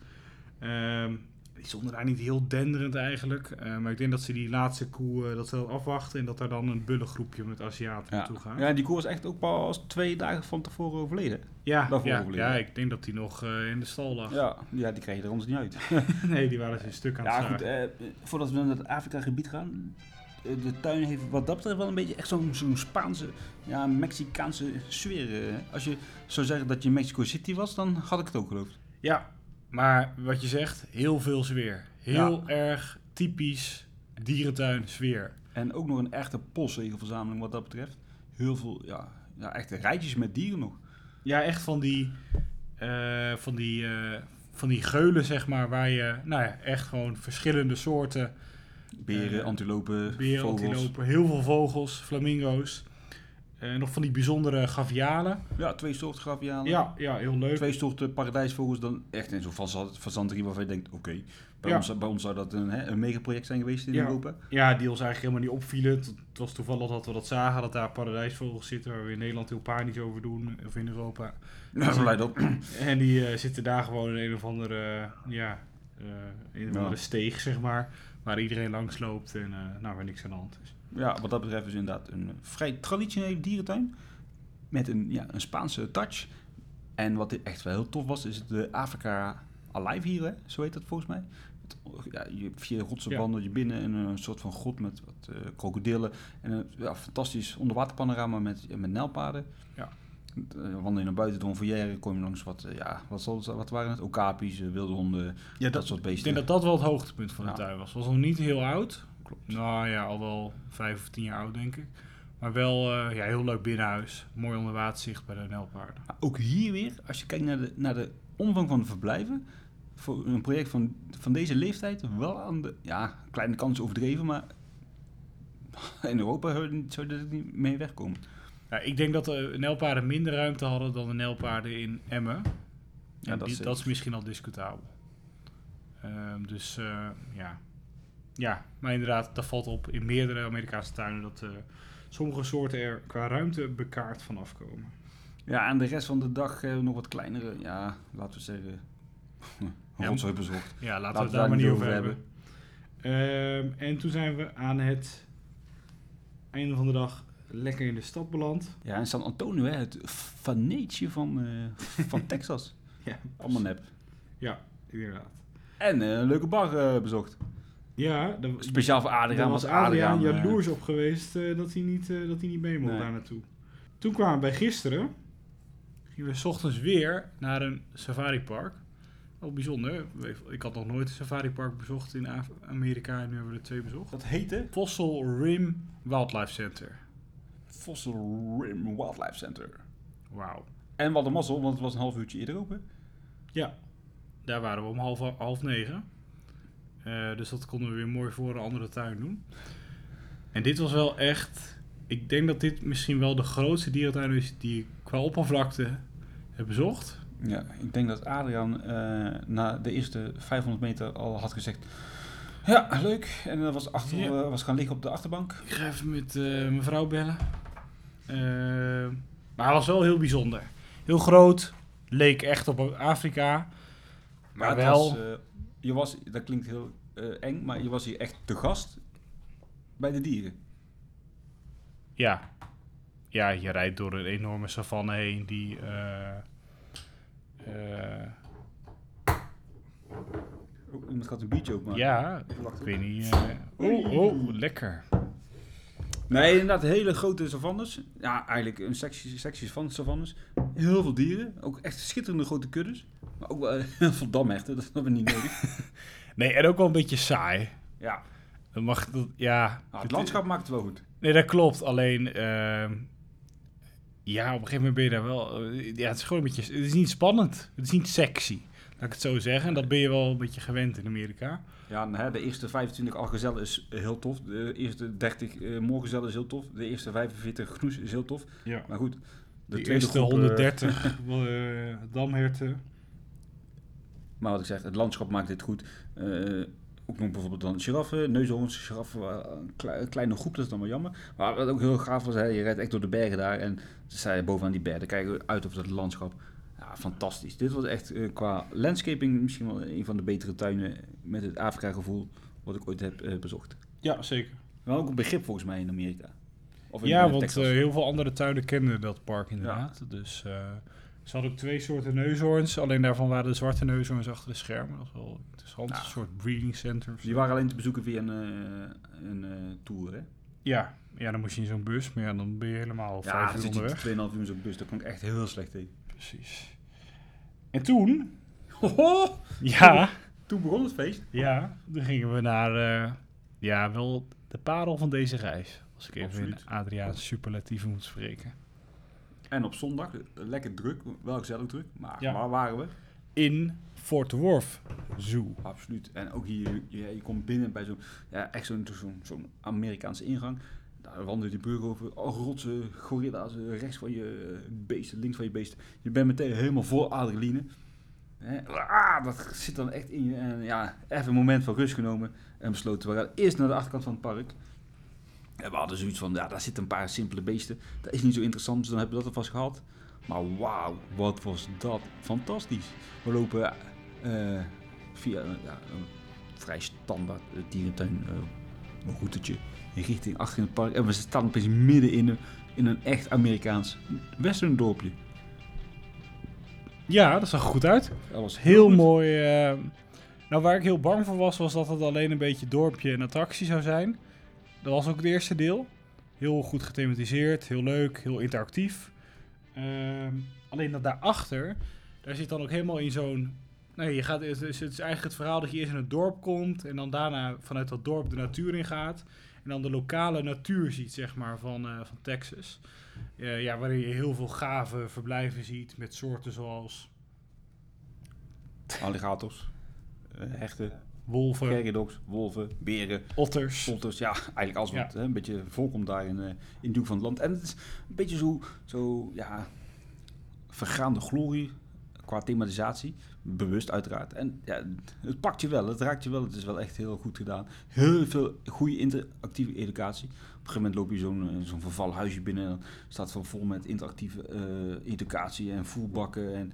Uh, Die stonden daar niet heel denderend eigenlijk. Uh, maar ik denk dat ze die laatste koe uh, dat ze dat afwachten. En dat daar dan een bullengroepje met Aziaten Ja. naartoe gaat. ja, die koe was echt ook pas twee dagen van tevoren overleden. ja, daarvoor ja, overleden. ja, ik denk dat die nog uh, in de stal lag. Ja, ja, die kreeg je er anders niet uit. Nee, die waren ze een stuk aan het Ja, zagen. goed, eh, voordat we naar het Afrika-gebied gaan. eh, De tuin heeft wat dat betreft wel een beetje echt zo'n zo'n Spaanse, ja, Mexicaanse sfeer. eh. Als je zou zeggen dat je in Mexico City was, dan had ik het ook geloofd. Ja, maar wat je zegt, heel veel sfeer. Heel erg typisch dierentuin sfeer. En ook nog een echte postzegelverzameling wat dat betreft. Heel veel, ja, ja echte rijtjes met dieren nog. Ja, echt van die, uh, van die, uh, van die geulen, zeg maar, waar je, nou ja, echt gewoon verschillende soorten Beren, Uh, antilopen, beren, vogels. antilopen, heel veel vogels, flamingo's. Uh, nog van die bijzondere gavialen. Ja, twee soorten gavianen. Ja, ja, heel leuk. Twee soorten paradijsvogels, dan echt in zo'n fazant- fazanterie waarvan je denkt, oké, okay, bij, Ja. ons, bij ons zou dat een, hè, een megaproject zijn geweest in Ja. Europa. Ja, die ons eigenlijk helemaal niet opvielen. Het, het was toevallig dat we dat zagen, dat daar paradijsvogels zitten, waar we in Nederland heel panisch over doen, of in Europa. Nou, zo leidt op. En die uh, zitten daar gewoon in een of andere, uh, ja, uh, in een Ja. andere steeg, zeg maar, waar iedereen langs loopt en uh, nou, waar niks aan de hand is. Ja, wat dat betreft is inderdaad een vrij traditionele dierentuin. Met een, ja, een Spaanse touch. En wat dit echt wel heel tof was, is de Africa Alive hier, hè? Zo heet dat volgens mij. Met, ja, je, via rotsen Ja. wandel je binnen in een soort van grot met wat uh, krokodillen. En een ja, fantastisch onderwaterpanorama met, met nijlpaarden. Ja. Uh, wandel je naar buiten door een volière, kom je langs wat, uh, ja, wat, zal, wat waren het? Okapis, uh, wilde honden, Ja, dat, soort Ik beesten. denk dat dat wel het hoogtepunt van de Ja. tuin was. Het was nog niet heel oud. Klopt. Nou ja, al wel vijf of tien jaar oud, denk ik. Maar wel uh, ja, heel leuk binnenhuis. Mooi onderwaterzicht bij de nijlpaarden. Maar ook hier weer, als je kijkt naar de, naar de omvang van de verblijven, voor een project van, van deze leeftijd, wel aan de ja, kleine kans overdreven, maar in Europa zou je er niet mee wegkomen. Ja, ik denk dat de nijlpaarden minder ruimte hadden dan de nijlpaarden in Emmen. Ja, En dat die, is dat is misschien al discutabel. Um, dus uh, ja. ja, maar inderdaad, dat valt op in meerdere Amerikaanse tuinen dat uh, sommige soorten er qua ruimte bekaard van afkomen. Ja, en de rest van de dag uh, nog wat kleinere, ja, laten we zeggen, rotzooi bezocht. Ja, laten, Laten we het daar maar niet over hebben. hebben. Um, en toen zijn we aan het einde van de dag lekker in de stad beland. Ja, en San Antonio, hè, het Venetië van, uh, van Texas. Ja, allemaal nep. Ja, inderdaad. En uh, een leuke bar uh, bezocht. Ja, de, speciaal voor Adriaan. Daar was Adriaan, Adriaan uh, jaloers op geweest uh, dat hij niet, uh, dat hij niet mee mocht nee. daar naartoe. Toen kwamen we bij gisteren. Gingen we 's ochtends weer naar een safaripark. Wel bijzonder. Ik had nog nooit een safaripark bezocht in Amerika en nu hebben we er twee bezocht. Dat heette? Fossil Rim Wildlife Center. Fossil Rim Wildlife Center. Wauw. En we hadden mazzel, want het was een half uurtje eerder open. Ja, daar waren we om half, half negen. Uh, dus dat konden we weer mooi voor een andere tuin doen. En dit was wel echt... Ik denk dat dit misschien wel de grootste dierentuin is die ik qua oppervlakte heb bezocht. Ja, ik denk dat Adriaan uh, na de eerste vijfhonderd meter al had gezegd... Ja, leuk. En dan was, achter, ja. uh, was gaan liggen op de achterbank. Ik ga even met uh, mijn vrouw bellen. Uh, maar hij was wel heel bijzonder. Heel groot. Leek echt op Afrika. Maar ja, wel... Was, uh, je was, dat klinkt heel uh, eng, maar je was hier echt te gast bij de dieren. Ja. Ja, je rijdt door een enorme savanne heen die... Uh, uh, oh, iemand gaat een biertje ook maken. Ja, ik weet niet... Uh, oh, oh, lekker. Nee, inderdaad, hele grote savannes. Ja, eigenlijk een sectie, secties van savannes. Heel veel dieren. Ook echt schitterende grote kuddes. Maar ook wel heel veel damherten, dat hebben we niet nodig. Nee, en ook wel een beetje saai. Ja. Dat mag, dat, ja. Nou, het landschap maakt het wel goed. Nee, dat klopt. Alleen, uh, ja, op een gegeven moment ben je daar wel... Uh, ja, het is gewoon een beetje... Het is niet spannend. Het is niet sexy. Laat ik het zo zeggen. En dat ben je wel een beetje gewend in Amerika. Ja, hè, de eerste vijfentwintig algezellen is heel tof. De eerste dertig uh, moorgezellen is heel tof. De eerste vijfenveertig genoes is heel tof. Ja. Maar goed. De, de eerste groep, honderddertig uh, damherten. Maar wat ik zeg, het landschap maakt dit goed. Uh, ook nog bijvoorbeeld dan giraffen, neushoorns, giraffen, uh, een, kle- een kleine groep, dat is dan wel jammer. Maar wat ook heel gaaf was, hè, je rijdt echt door de bergen daar en ze zijn bovenaan die bergen, kijken we uit over het landschap. Ja, fantastisch. Dit was echt uh, qua landscaping misschien wel een van de betere tuinen met het Afrika gevoel wat ik ooit heb uh, bezocht. Ja, zeker. Wel ook een begrip volgens mij in Amerika. Of in ja, uh, want uh, heel veel andere tuinen kenden dat park inderdaad. Ja. Dus uh, ze hadden ook twee soorten neushoorns. Alleen daarvan waren de zwarte neushoorns achter de schermen. Dat was wel interessant. Nou, een soort breeding center. Die waren alleen te bezoeken via een, uh, een uh, tour, hè? Ja. ja, dan moest je in zo'n bus. Maar ja, dan ben je helemaal ja, vijf uur onderweg. Ja, tweeënhalf uur in zo'n bus. Daar kon ik echt heel slecht tegen. Precies. En toen... Hoho! Ja. Toen begon het feest. Ja, toen gingen we naar... Uh, ja, wel de parel van deze reis. Als ik even Absoluut. in Adriaanse superlatieven moet spreken. En op zondag, lekker druk, wel gezellig druk, maar ja. waar waren we? In Fort Worth Zoo. Absoluut. En ook hier, je, je komt binnen bij zo'n, ja, echt zo'n, zo'n, zo'n Amerikaanse ingang. Daar wandelen die burger over, oh, rotsen, gorilla's, rechts van je beesten, links van je beesten. Je bent meteen helemaal vol adrenaline. Hè? Ah, dat zit dan echt in je. En ja, even een moment van rust genomen en besloten, we gaan eerst naar de achterkant van het park. En we hadden zoiets van, ja, daar zitten een paar simpele beesten. Dat is niet zo interessant, dus dan hebben we dat alvast gehad. Maar wauw, wat was dat fantastisch. We lopen uh, via uh, ja, een vrij standaard uh, dierentuin uh, een routetje in richting achter in het park. En we staan opeens midden in een, in een echt Amerikaans western dorpje. Ja, dat zag er goed uit. Dat was Heel goed. mooi. eh, nou, waar ik heel bang voor was, was dat het alleen een beetje dorpje en attractie zou zijn. Dat was ook het eerste deel. Heel goed gethematiseerd, heel leuk, heel interactief. Ehm, alleen dat daarachter, daar zit dan ook helemaal in zo'n... Nee, je gaat, het, is, het is eigenlijk het verhaal dat je eerst in het dorp komt en dan daarna vanuit dat dorp de natuur in gaat. En dan de lokale natuur ziet, zeg maar, van, eh, van Texas. Eh, ja, waarin je heel veel gave verblijven ziet met soorten zoals Alligators, uh, hechten, wolven, gergedoks, wolven, beren, otters. otters. Ja, eigenlijk alles wat Ja. hè, een beetje voorkomt daar in, uh, in de hoek van het land. En het is een beetje zo, zo ja, vergaande glorie qua thematisatie. Bewust uiteraard. En ja, het pakt je wel, het raakt je wel. Het is wel echt heel goed gedaan. Heel veel goede interactieve educatie. Op een gegeven moment loop je zo'n, uh, zo'n vervallen huisje binnen. En dan staat het wel vol met interactieve uh, educatie en voerbakken en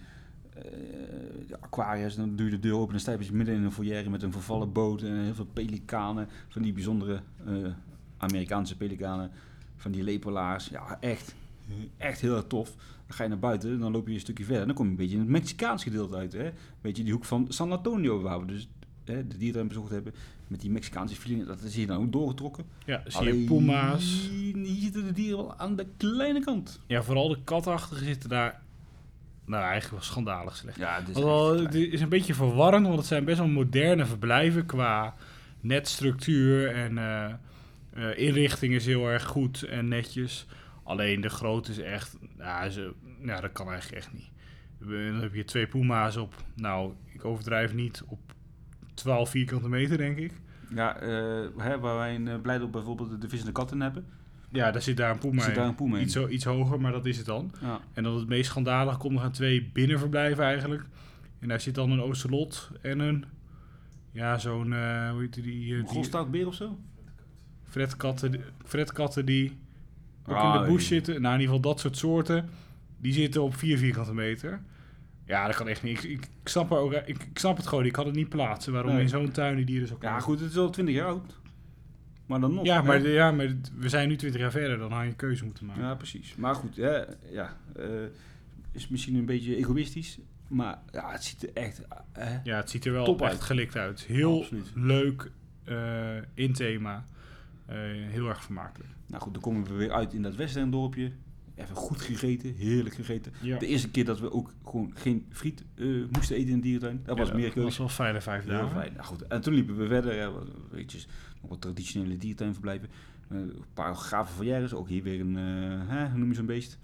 uh, aquariërs. En dan doe je de deur open en dan sta je midden in een foyer met een vervallen boot en heel veel pelikanen. Van die bijzondere uh, Amerikaanse pelikanen. Van die lepelaars. Ja, echt. Echt heel erg tof. Dan ga je naar buiten, dan loop je een stukje verder. En dan kom je een beetje in het Mexicaans gedeelte uit. Hè? Een beetje die hoek van San Antonio waar we dus hè, de dierentuin bezocht hebben. Met die Mexicaanse feeling, dat is hier dan ook doorgetrokken. Ja, zie Alleen, je puma's. hier zitten de dieren wel aan de kleine kant. Ja, vooral de katachtige zitten daar... Nou, eigenlijk wel schandalig slecht. Ja, het is, Want wel, echt het klein. is een beetje verwarrend, want het zijn best wel moderne verblijven qua netstructuur en uh, uh, inrichting is heel erg goed en netjes. Alleen de grootte is echt, nou, ze, ja, dat kan eigenlijk echt niet. Dan heb je twee puma's op, nou, ik overdrijf niet, op twaalf vierkante meter, denk ik. Ja, uh, hè, waar wij in uh, Blijdorp bijvoorbeeld de vissende katten hebben. Ja, daar zit daar een puma Zit daar een puma in. Iets, zo, iets hoger, maar dat is het dan. Ja. En dan het meest schandalige komt nog aan twee binnenverblijven eigenlijk. En daar zit dan een ocelot en een, ja, zo'n, uh, hoe heet die? Uh, Een golfstaartbeer of zo? Fredkatten, Fredkatten die ook Ah, in de bush die- zitten. Nou, in ieder geval dat soort soorten. Die zitten op vier vierkante meter. Ja, dat kan echt niet. Ik, ik, ik, snap, er ook, ik, ik snap het gewoon. Ik had het niet plaatsen. Waarom Nee. in zo'n tuin die dieren zo Ja, komen. goed, het is al twintig jaar oud. Maar dan nog. Ja, hè? maar, de- ja, maar we zijn nu twintig jaar verder. Dan had je een keuze moeten maken. Ja, precies. Maar goed, ja, ja uh, is misschien een beetje egoïstisch. Maar ja, het ziet er echt... Uh, Ja, het ziet er wel Top echt uit. gelikt uit. Heel Absoluut. leuk uh, in thema. Uh, heel erg vermakelijk. Nou goed, dan komen we weer uit in dat Westerndorpje. Even goed gegeten, heerlijk gegeten. Ja. De eerste keer dat we ook gewoon geen friet uh, moesten eten in de dierentuin. Dat was Ja, meer dat keuze. was wel fijne vijf Heel dagen. fijn. Nou goed, en toen liepen we verder. Ja, wat, weetjes, nog wat traditionele dierentuinverblijven. Uh, een paar gave foyeres. Ook hier weer een, uh, hè, hoe noem je zo'n beest?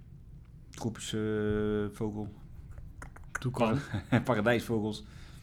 Tropische uh, vogel. Toekan. Paradijsvogels.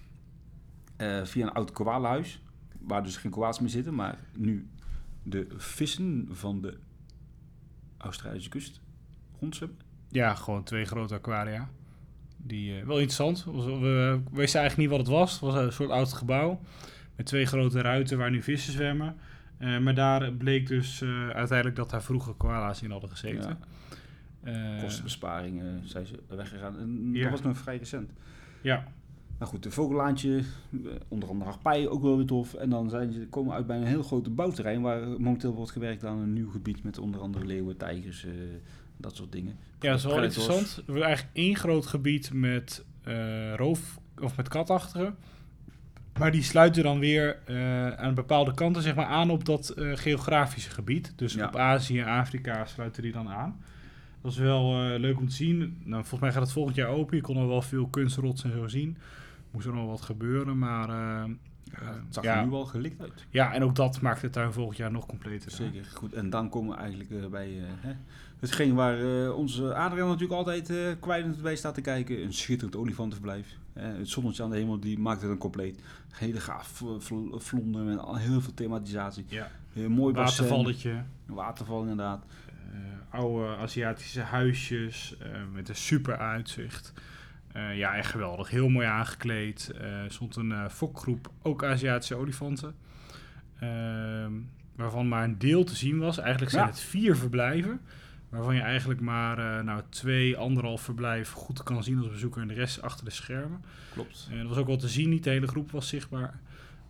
Uh, via een oud koalahuis. Waar dus geen koalas meer zitten. Maar nu de vissen van de Australische kust rondzwemmen. Ja, gewoon twee grote aquaria. Die, uh, wel interessant. We, we, we wisten eigenlijk niet wat het was. Het was een soort oud gebouw. Met twee grote ruiten waar nu vissen zwemmen. Uh, maar daar bleek dus uh, uiteindelijk dat daar vroeger koala's in hadden gezeten. Ja. Uh, Kostenbesparingen zijn ze weggegaan. En Ja. dat was nog vrij recent. Ja. Nou goed, de vogellaantje, onder andere harpijen, ook wel weer tof. En dan zijn ze, komen uit bij een heel groot bouwterrein waar momenteel wordt gewerkt aan een nieuw gebied met onder andere leeuwen, tijgers, uh, dat soort dingen. Ja, dat is wel Predators. interessant. Er wordt eigenlijk één groot gebied met uh, roof- of met katachtigen. Maar die sluiten dan weer uh, aan bepaalde kanten zeg maar, aan op dat uh, geografische gebied. Dus Ja. op Azië en Afrika sluiten die dan aan. Dat is wel uh, leuk om te zien. Nou, volgens mij gaat het volgend jaar open. Je kon er wel veel kunstrots en zo zien. Moest er nog wat gebeuren, maar... Uh, Ja, het zag ja. er nu al gelikt uit. Ja, en ook dat maakt de tuin volgend jaar nog completer. Zeker, goed. En dan komen we eigenlijk uh, bij uh, hè, hetgeen waar uh, onze Adriaan natuurlijk altijd uh, kwijtend bij staat te kijken. Een schitterend olifantenverblijf. Uh, het zonnetje aan de hemel, die maakt het dan compleet. Hele gaaf vl- vlonden met al heel veel thematisatie. Ja. Uh, mooi bassin. Watervalletje. Een waterval inderdaad. Uh, oude Aziatische huisjes uh, met een super uitzicht. Uh, ja, echt geweldig. Heel mooi aangekleed. Er uh, stond een uh, fokgroep, ook Aziatische olifanten. Uh, waarvan maar een deel te zien was. Eigenlijk zijn Ja. het vier verblijven. Waarvan je eigenlijk maar uh, nou, twee, anderhalf verblijf goed kan zien als bezoeker. En de rest achter de schermen. Klopt. Uh, dat was ook wel te zien. Niet de hele groep was zichtbaar.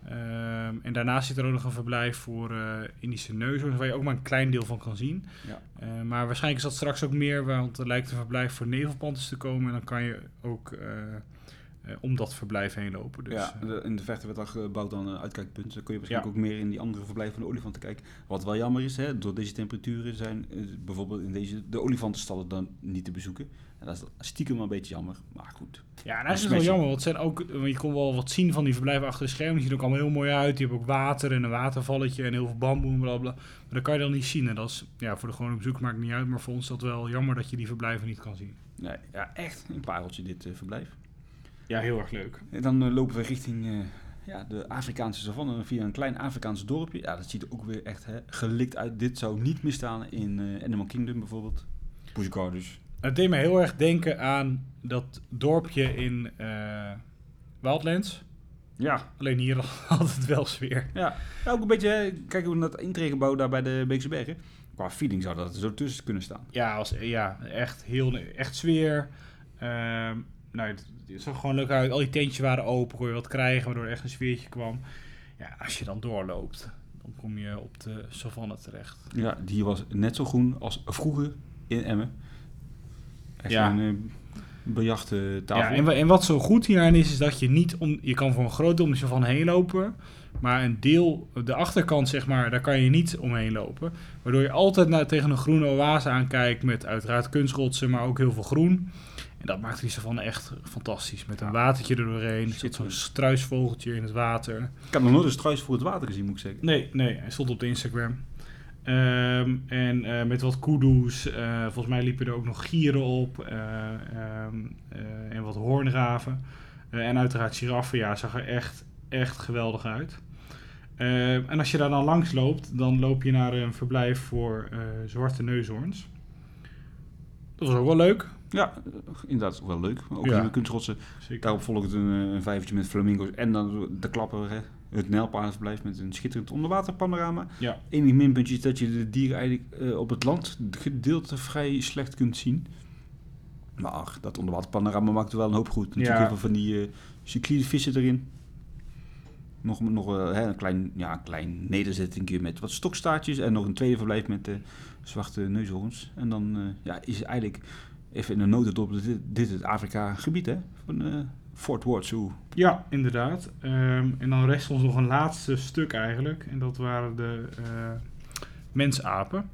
Um, en daarnaast zit er ook nog een verblijf voor uh, Indische neushoorns, waar je ook maar een klein deel van kan zien. Ja. Uh, maar waarschijnlijk is dat straks ook meer, want er lijkt een verblijf voor nevelpanters te komen. En dan kan je ook uh, uh, om dat verblijf heen lopen. Dus, ja, de, in de verte werd al gebouwd aan een uitkijkpunt. Dan kun je waarschijnlijk ja. ook meer in die andere verblijven van de olifanten kijken. Wat wel jammer is, hè, door deze temperaturen zijn uh, bijvoorbeeld in deze de olifantenstallen dan niet te bezoeken. En dat is stiekem wel een beetje jammer, maar goed. Ja, en eigenlijk is het wel jammer, want, het zijn ook, want je kon wel wat zien van die verblijven achter de schermen. Die zien ook allemaal heel mooi uit. Die hebben ook water en een watervalletje en heel veel bamboe en blablabla. Maar dat kan je dan niet zien. En dat is, ja, voor de gewone bezoek maakt het niet uit, maar voor ons is dat wel jammer dat je die verblijven niet kan zien. Nee, ja, echt een pareltje dit uh, verblijf. Ja, heel erg leuk. En dan uh, lopen we richting uh, ja, de Afrikaanse savanne via een klein Afrikaans dorpje. Ja, dat ziet er ook weer echt hè, gelikt uit. Dit zou niet misstaan in uh, Animal Kingdom bijvoorbeeld. Busch Gardens. Het deed me heel erg denken aan dat dorpje in uh, Wildlands. Ja. Alleen hier had het wel sfeer. Ja, ja ook een beetje, kijk hoe dat intregebouw daar bij de Beekse Bergen. Qua feeling zou dat er zo tussen kunnen staan. Ja, was, ja echt heel echt sfeer. Uh, nou, het, het zag gewoon leuk uit. Al die tentjes waren open, kon je wat krijgen, waardoor er echt een sfeertje kwam. Ja, als je dan doorloopt, dan kom je op de savanne terecht. Ja, die was net zo groen als vroeger in Emmen. Echt ja. een uh, bejachte tafel. Ja, en, en wat zo goed hieraan is, is dat je niet om, je kan voor een groot deel om de savanne heen lopen, maar een deel, de achterkant zeg maar, daar kan je niet omheen lopen. Waardoor je altijd naar, tegen een groene oase aankijkt met uiteraard kunstrotsen, maar ook heel veel groen. En dat maakt die savanne echt fantastisch. Met een watertje er doorheen, er zit zo'n struisvogeltje in het water. Ik heb nog nooit een struis voor het water gezien, moet ik zeggen. Nee, nee, hij stond op de Instagram. Um, en uh, met wat kudu's, uh, volgens mij liepen er ook nog gieren op uh, um, uh, en wat hoornraven. Uh, en uiteraard giraffen, ja, zag er echt, echt geweldig uit. Uh, en als je daar dan langs loopt, dan loop je naar een verblijf voor uh, zwarte neushoorns. Dat was ook wel leuk. Ja, inderdaad, ook wel leuk. Ook ja. in de kunstrotsen. Zeker. Daarop volgt een, een vijvertje met flamingo's en dan de klapper, hè. Het nijlpaardenverblijf met een schitterend onderwaterpanorama. Ja. Enig minpuntje is dat je de dieren eigenlijk uh, op het land gedeelte vrij slecht kunt zien. Maar ach, dat onderwaterpanorama maakt wel een hoop goed. Natuurlijk ja. heel veel van die uh, cyclide vissen erin. Nog, nog uh, hè, een klein, ja, klein nederzettingje met wat stokstaartjes en nog een tweede verblijf met uh, zwarte neushoorns. En dan uh, ja, is eigenlijk even in een notendop dit, dit het Afrika-gebied, hè, van uh, Fort Worth Zoo. Ja, inderdaad. Um, en dan rest ons nog een laatste stuk eigenlijk. En dat waren de uh, mensapen.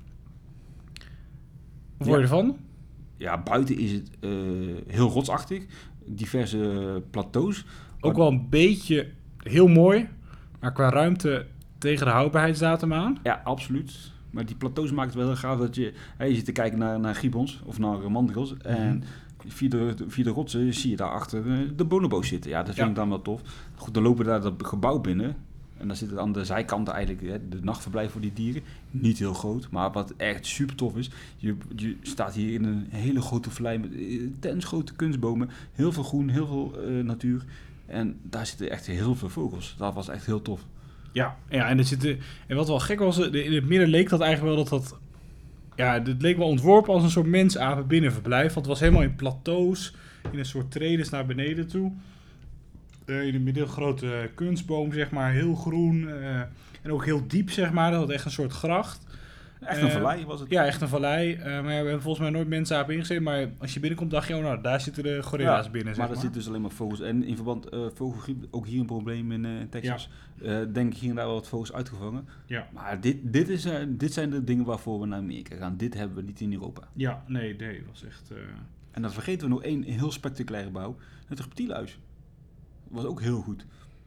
Wat vond je ervan? Ja, buiten is het uh, heel rotsachtig. Diverse plateaus. Ook wel een beetje heel mooi. Maar qua ruimte tegen de houdbaarheidsdatum aan. Ja, absoluut. Maar die plateaus maakt het wel heel gaaf dat je... Hè, je zit te kijken naar, naar gibbons of naar mandrils. Mm-hmm. En via de, via de rotsen zie je daarachter uh, de bonobo's zitten. Ja, dat vind ja. ik dan wel tof. Goed, dan lopen we daar dat gebouw binnen. En dan zit het aan de zijkanten eigenlijk hè, de nachtverblijf voor die dieren. Niet heel groot, maar wat echt super tof is. Je, je staat hier in een hele grote vallei met intens grote kunstbomen. Heel veel groen, heel veel uh, natuur. En daar zitten echt heel veel vogels. Dat was echt heel tof. Ja, ja en, er zitten, en wat wel gek was, in het midden leek dat eigenlijk wel dat dat... Ja, het leek wel ontworpen als een soort mensapen binnenverblijf. Want het was helemaal in plateaus, in een soort tredes naar beneden toe. Uh, in een middelgrote kunstboom, zeg maar, heel groen. Uh, en ook heel diep, zeg maar. Dat had echt een soort gracht. Echt een uh, vallei was het? Ja, echt een vallei. Uh, maar ja, we hebben volgens mij nooit mensapen ingezet. Maar als je binnenkomt, dacht je, oh nou, daar zitten de gorilla's ja, binnen, zeg maar. maar er zitten dus alleen maar vogels. En in verband uh, vogelgriep, ook hier een probleem in, uh, in Texas. Ja. Uh, denk ik hier en daar wel wat vogels uitgevangen. Ja. Maar dit, dit, is, uh, dit zijn de dingen waarvoor we naar Amerika gaan. Dit hebben we niet in Europa. Ja, nee, nee, was echt... Uh... En dan vergeten we nog één heel spectaculaire bouw. Het reptielhuis. Was ook heel goed.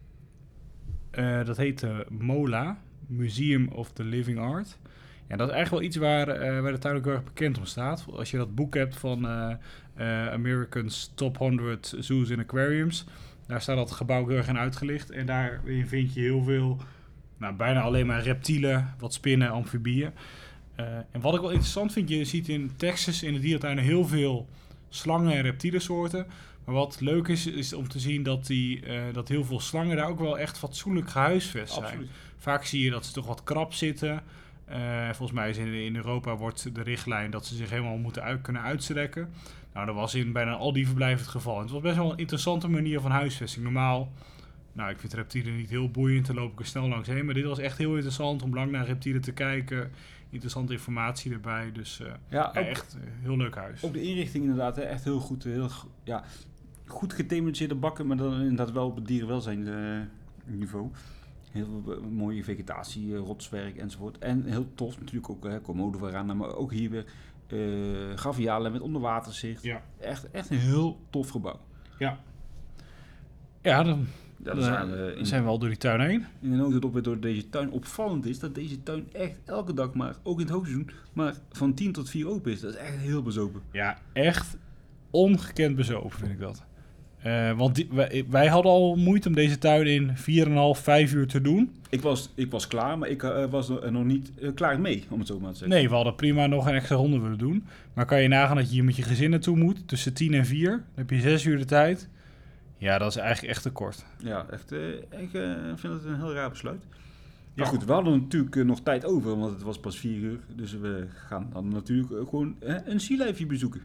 Uh, dat heet uh, MOLA, Museum of the Living Art. Ja, dat is eigenlijk wel iets waar, uh, waar de tuin ook heel erg bekend om staat. Als je dat boek hebt van uh, uh, America's Top honderd Zoos and Aquariums, daar staat dat gebouw heel erg in uitgelicht. En daarin vind je heel veel, nou, bijna alleen maar reptielen, wat spinnen, amfibieën. Uh, en wat ik wel interessant vind, je ziet in Texas in de dierentuinen heel veel slangen en reptielensoorten. Maar wat leuk is, is om te zien dat, die, uh, dat heel veel slangen daar ook wel echt fatsoenlijk gehuisvest zijn. Absoluut. Vaak zie je dat ze toch wat krap zitten. Uh, volgens mij is in, in Europa wordt de richtlijn dat ze zich helemaal moeten uit, kunnen uitstrekken. Nou, dat was in bijna al die verblijven het geval. En het was best wel een interessante manier van huisvesting. Normaal Nou, ik vind reptielen niet heel boeiend, daar loop ik er snel langs heen. Maar dit was echt heel interessant om lang naar reptielen te kijken. Interessante informatie erbij. Dus uh, Ja, ja, ook, echt uh, heel leuk huis. Ook de inrichting inderdaad, hè, echt heel goed. Heel, ja, goed gethematiseerde bakken, maar dan inderdaad wel op het dierenwelzijn uh, niveau. Heel uh, mooie vegetatie, uh, rotswerk enzovoort. En heel tof natuurlijk ook uh, Komodo varana, maar ook hier weer uh, gavialen met onderwaterzicht. Ja. Echt, echt een heel tof gebouw. Ja. Ja, dan, Ja, dan zijn, uh, in, zijn we al door die tuin heen. In de notendop weer door deze tuin opvallend is dat deze tuin echt elke dag, maar ook in het hoogseizoen, maar van tien tot vier open is. Dat is echt heel bezopen. Ja, echt ongekend bezopen vind ik dat. Uh, want die, wij, wij hadden al moeite om deze tuin in vier komma vijf, vijf uur te doen. Ik was, ik was klaar, maar ik uh, was er nog niet uh, klaar mee, om het zo maar te zeggen. Nee, we hadden prima nog een extra ronde willen doen. Maar kan je nagaan dat je hier met je gezin naartoe moet, tussen tien en vier. Dan heb je zes uur de tijd. Ja, dat is eigenlijk echt te kort. Ja, echt, uh, ik uh, vind het een heel raar besluit. Ja. Maar goed, we hadden natuurlijk uh, nog tijd over, want het was pas vier uur. Dus we gaan dan natuurlijk uh, gewoon uh, een Sea Life bezoeken.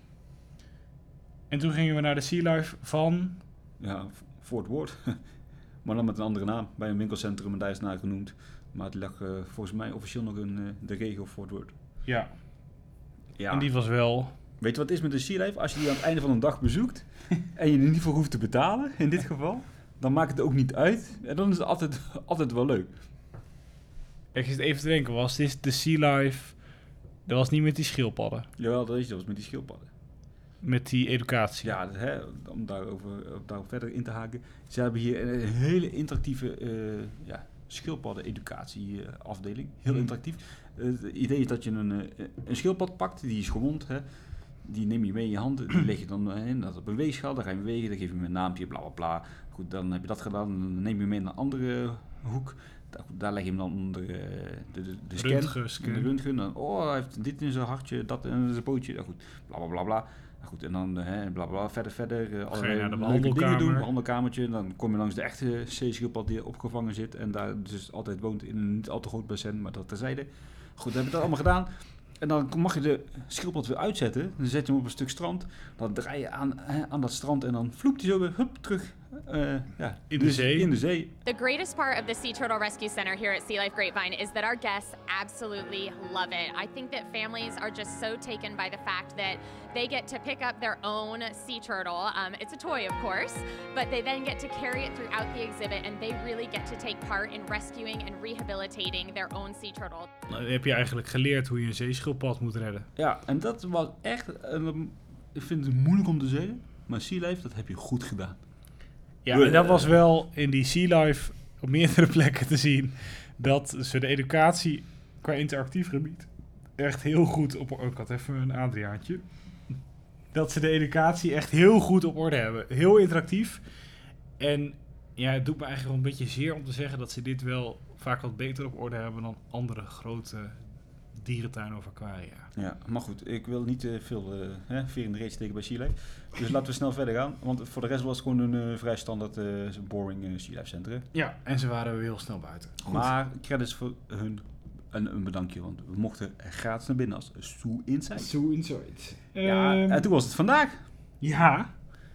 En toen gingen we naar de Sea Life van... Ja, Fort Worth. Maar dan met een andere naam. Bij een winkelcentrum en daar is het naar genoemd. Maar het lag uh, volgens mij officieel nog in uh, de regio Fort Worth. Ja. Ja. En die was wel... Weet je wat het is met de Sea Life? Als je die aan het einde van een dag bezoekt en je er niet voor hoeft te betalen, in dit geval, dan maakt het ook niet uit. En dan is het altijd, altijd wel leuk. Ik zit even te denken, was dit de Sea Life... Dat was niet met die schildpadden. Jawel, dat is dat was met die schildpadden. Met die educatie. Ja, hè, om daarover, daarop verder in te haken. Ze hebben hier een hele interactieve uh, ja, schildpadden-educatie uh, afdeling. Heel Hmm. interactief. Uh, het idee is dat je een, uh, een schildpad pakt, die is gewond. Hè. Die neem je mee in je hand, die leg je dan uh, in dat op een weegschaal. Dan ga je bewegen, dan geef je hem een naampje, bla bla bla. Goed, dan heb je dat gedaan. Dan neem je hem mee naar een andere hoek. Daar, daar leg je hem dan onder uh, de, de, de scan. Röntgenscan. De röntgen. Dan, oh, hij heeft dit in zijn hartje, dat in zijn pootje. Ja, goed, bla bla bla bla. Goed, en dan uh, bla bla verder, verder. Uh, allerlei naar de leuke dingen behandelkamer. doen, behandelkamertje. Dan kom je langs de echte zeeschildpad die opgevangen zit. En daar dus altijd woont in een niet al te groot bassin, maar dat terzijde. Goed, dan heb je dat allemaal gedaan. En dan mag je de schildpad weer uitzetten. Dan zet je hem op een stuk strand. Dan draai je aan, hè, aan dat strand en dan vloept hij zo weer hup, terug uh, ja, In de dus zee. In de zee. The greatest part of the Sea Turtle Rescue Center here at Sea Life Grapevine is that our guests absolutely love it. I think that families are just so taken by the fact that they get to pick up their own sea turtle. Um, it's a toy, of course, but they then get to carry it throughout the exhibit and they really get to take part in rescuing and rehabilitating their own sea turtle. Nou, dan heb je eigenlijk geleerd hoe je een zeeschildpad moet redden. Ja, en dat was echt, uh, ik vind het moeilijk om te zeggen, maar Sea Life, dat heb je goed gedaan. Ja, en dat was wel in die Sea Life op meerdere plekken te zien. Dat ze de educatie qua interactief gebied echt heel goed op... Oh, ik had even een Adriaantje. Dat ze de educatie echt heel goed op orde hebben. Heel interactief. En ja, het doet me eigenlijk wel een beetje zeer om te zeggen dat ze dit wel vaak wat beter op orde hebben dan andere grote dierentuinen of aquaria. Ja, maar goed, ik wil niet uh, veel uh, hè, veer in de reet steken bij Sea Life. Dus laten we snel verder gaan. Want voor de rest was het gewoon een uh, vrij standaard uh, boring uh, Sea Life centrum. Ja, en ze waren weer heel snel buiten. Goed. Maar credits voor hun en een bedankje, want we mochten gratis naar binnen als Zoo Inside. Zoo Inside. Ja, Ehm, en toen was het vandaag. Ja.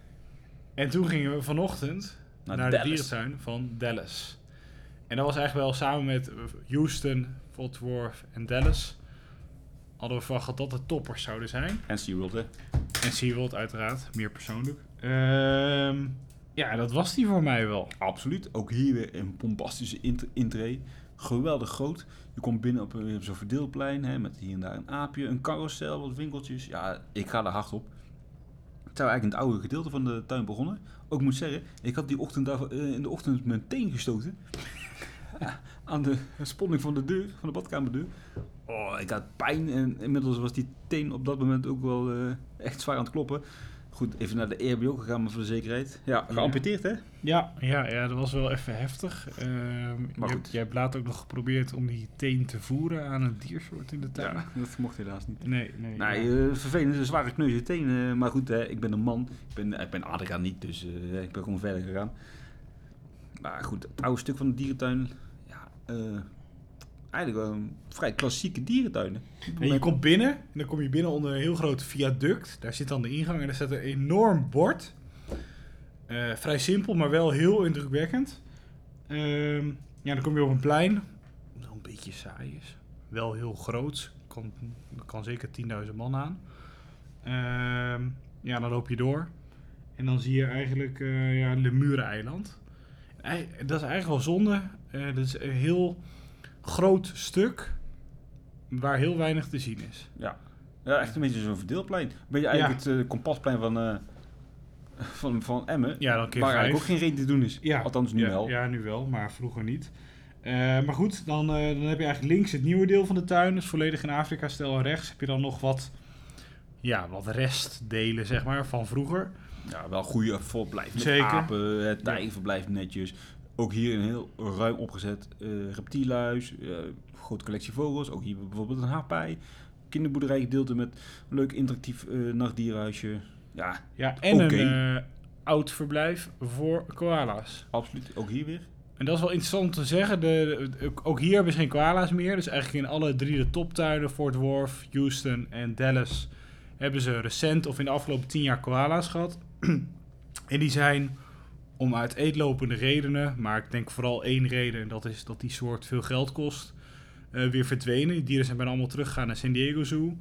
En toen gingen we vanochtend Naar naar, de Dallas. dierentuin van Dallas. En dat was eigenlijk wel samen met Houston, Fort Worth en Dallas. Hadden we verwacht dat dat de toppers zouden zijn. En SeaWorld, hè. En SeaWorld uiteraard, meer persoonlijk. Ehm, ja, dat was die voor mij wel. Absoluut. Ook hier weer een bombastische int- intree. Geweldig groot. Je komt binnen op, een- op zo'n verdeelplein, hè, met hier en daar een aapje, een carousel, wat winkeltjes. Ja, ik ga er hard op. Het zou eigenlijk in het oude gedeelte van de tuin begonnen. Ook moet zeggen, ik had die ochtend daar, uh, in de ochtend mijn teen gestoten. Aan de sponning van de deur, van de badkamerdeur. Oh, ik had pijn en inmiddels was die teen op dat moment ook wel uh, echt zwaar aan het kloppen. Goed, even naar de E H B O gegaan, maar voor de zekerheid. Ja, geamputeerd, hè? Ja, ja, ja, dat was wel even heftig. Ehm, Maar je goed. hebt, jij hebt later ook nog geprobeerd om die teen te voeren aan een diersoort in de tuin. Ja, dat mocht helaas niet. Nee, nee. Nee, ja. uh, vervelend, een zware kneuze teen. Uh, maar goed, hè, ik ben een man. Ik ben, ik ben Adriaan niet, dus uh, ik ben gewoon verder gegaan. Maar goed, het oude stuk van de dierentuin. Ja, uh, eigenlijk wel een vrij klassieke dierentuin. hè. En je komt binnen en dan kom je binnen onder een heel groot viaduct. Daar zit dan de ingang en daar staat een enorm bord. Uh, vrij simpel, maar wel heel indrukwekkend. Uh, ja, dan kom je op een plein. Dat een beetje saai is. Wel heel groot. Kan, kan zeker tienduizend man aan. Uh, ja, dan loop je door. En dan zie je eigenlijk uh, ja, Lemuren-eiland. Dat is eigenlijk wel zonde. Uh, dat is een heel groot stuk waar heel weinig te zien is. Ja, ja echt een beetje zo'n verdeelplein. Een beetje eigenlijk ja. het uh, Kompasplein van, uh, van, van Emmen. Ja, dan keer waar vijf. eigenlijk ook geen reden te doen is. Ja. Althans nu ja, wel. Ja, nu wel, maar vroeger niet. Uh, maar goed, dan, uh, dan heb je eigenlijk links het nieuwe deel van de tuin. Dus volledig in Afrika-stijl. En rechts heb je dan nog wat, ja, wat restdelen, zeg maar, van vroeger. Ja, wel goede verblijf. Met Zeker. apen, het tijgerverblijf netjes. Ook hier een heel ruim opgezet uh, reptielhuis. Uh, grote collectie vogels. Ook hier bijvoorbeeld een haapij. Kinderboerderij gedeelte met een leuk interactief uh, nachtdierhuisje. Ja, ja en okay. een uh, oud verblijf voor koala's. Absoluut, ook hier weer. En dat is wel interessant om te zeggen. De, de, ook hier hebben ze geen koala's meer. Dus eigenlijk in alle drie de toptuinen, Fort Worth, Houston en Dallas, hebben ze recent of in de afgelopen tien jaar koala's gehad. En die zijn om uiteenlopende redenen, maar ik denk vooral één reden, en dat is dat die soort veel geld kost, uh, weer verdwenen. Die dieren zijn bijna allemaal teruggegaan naar San Diego Zoo.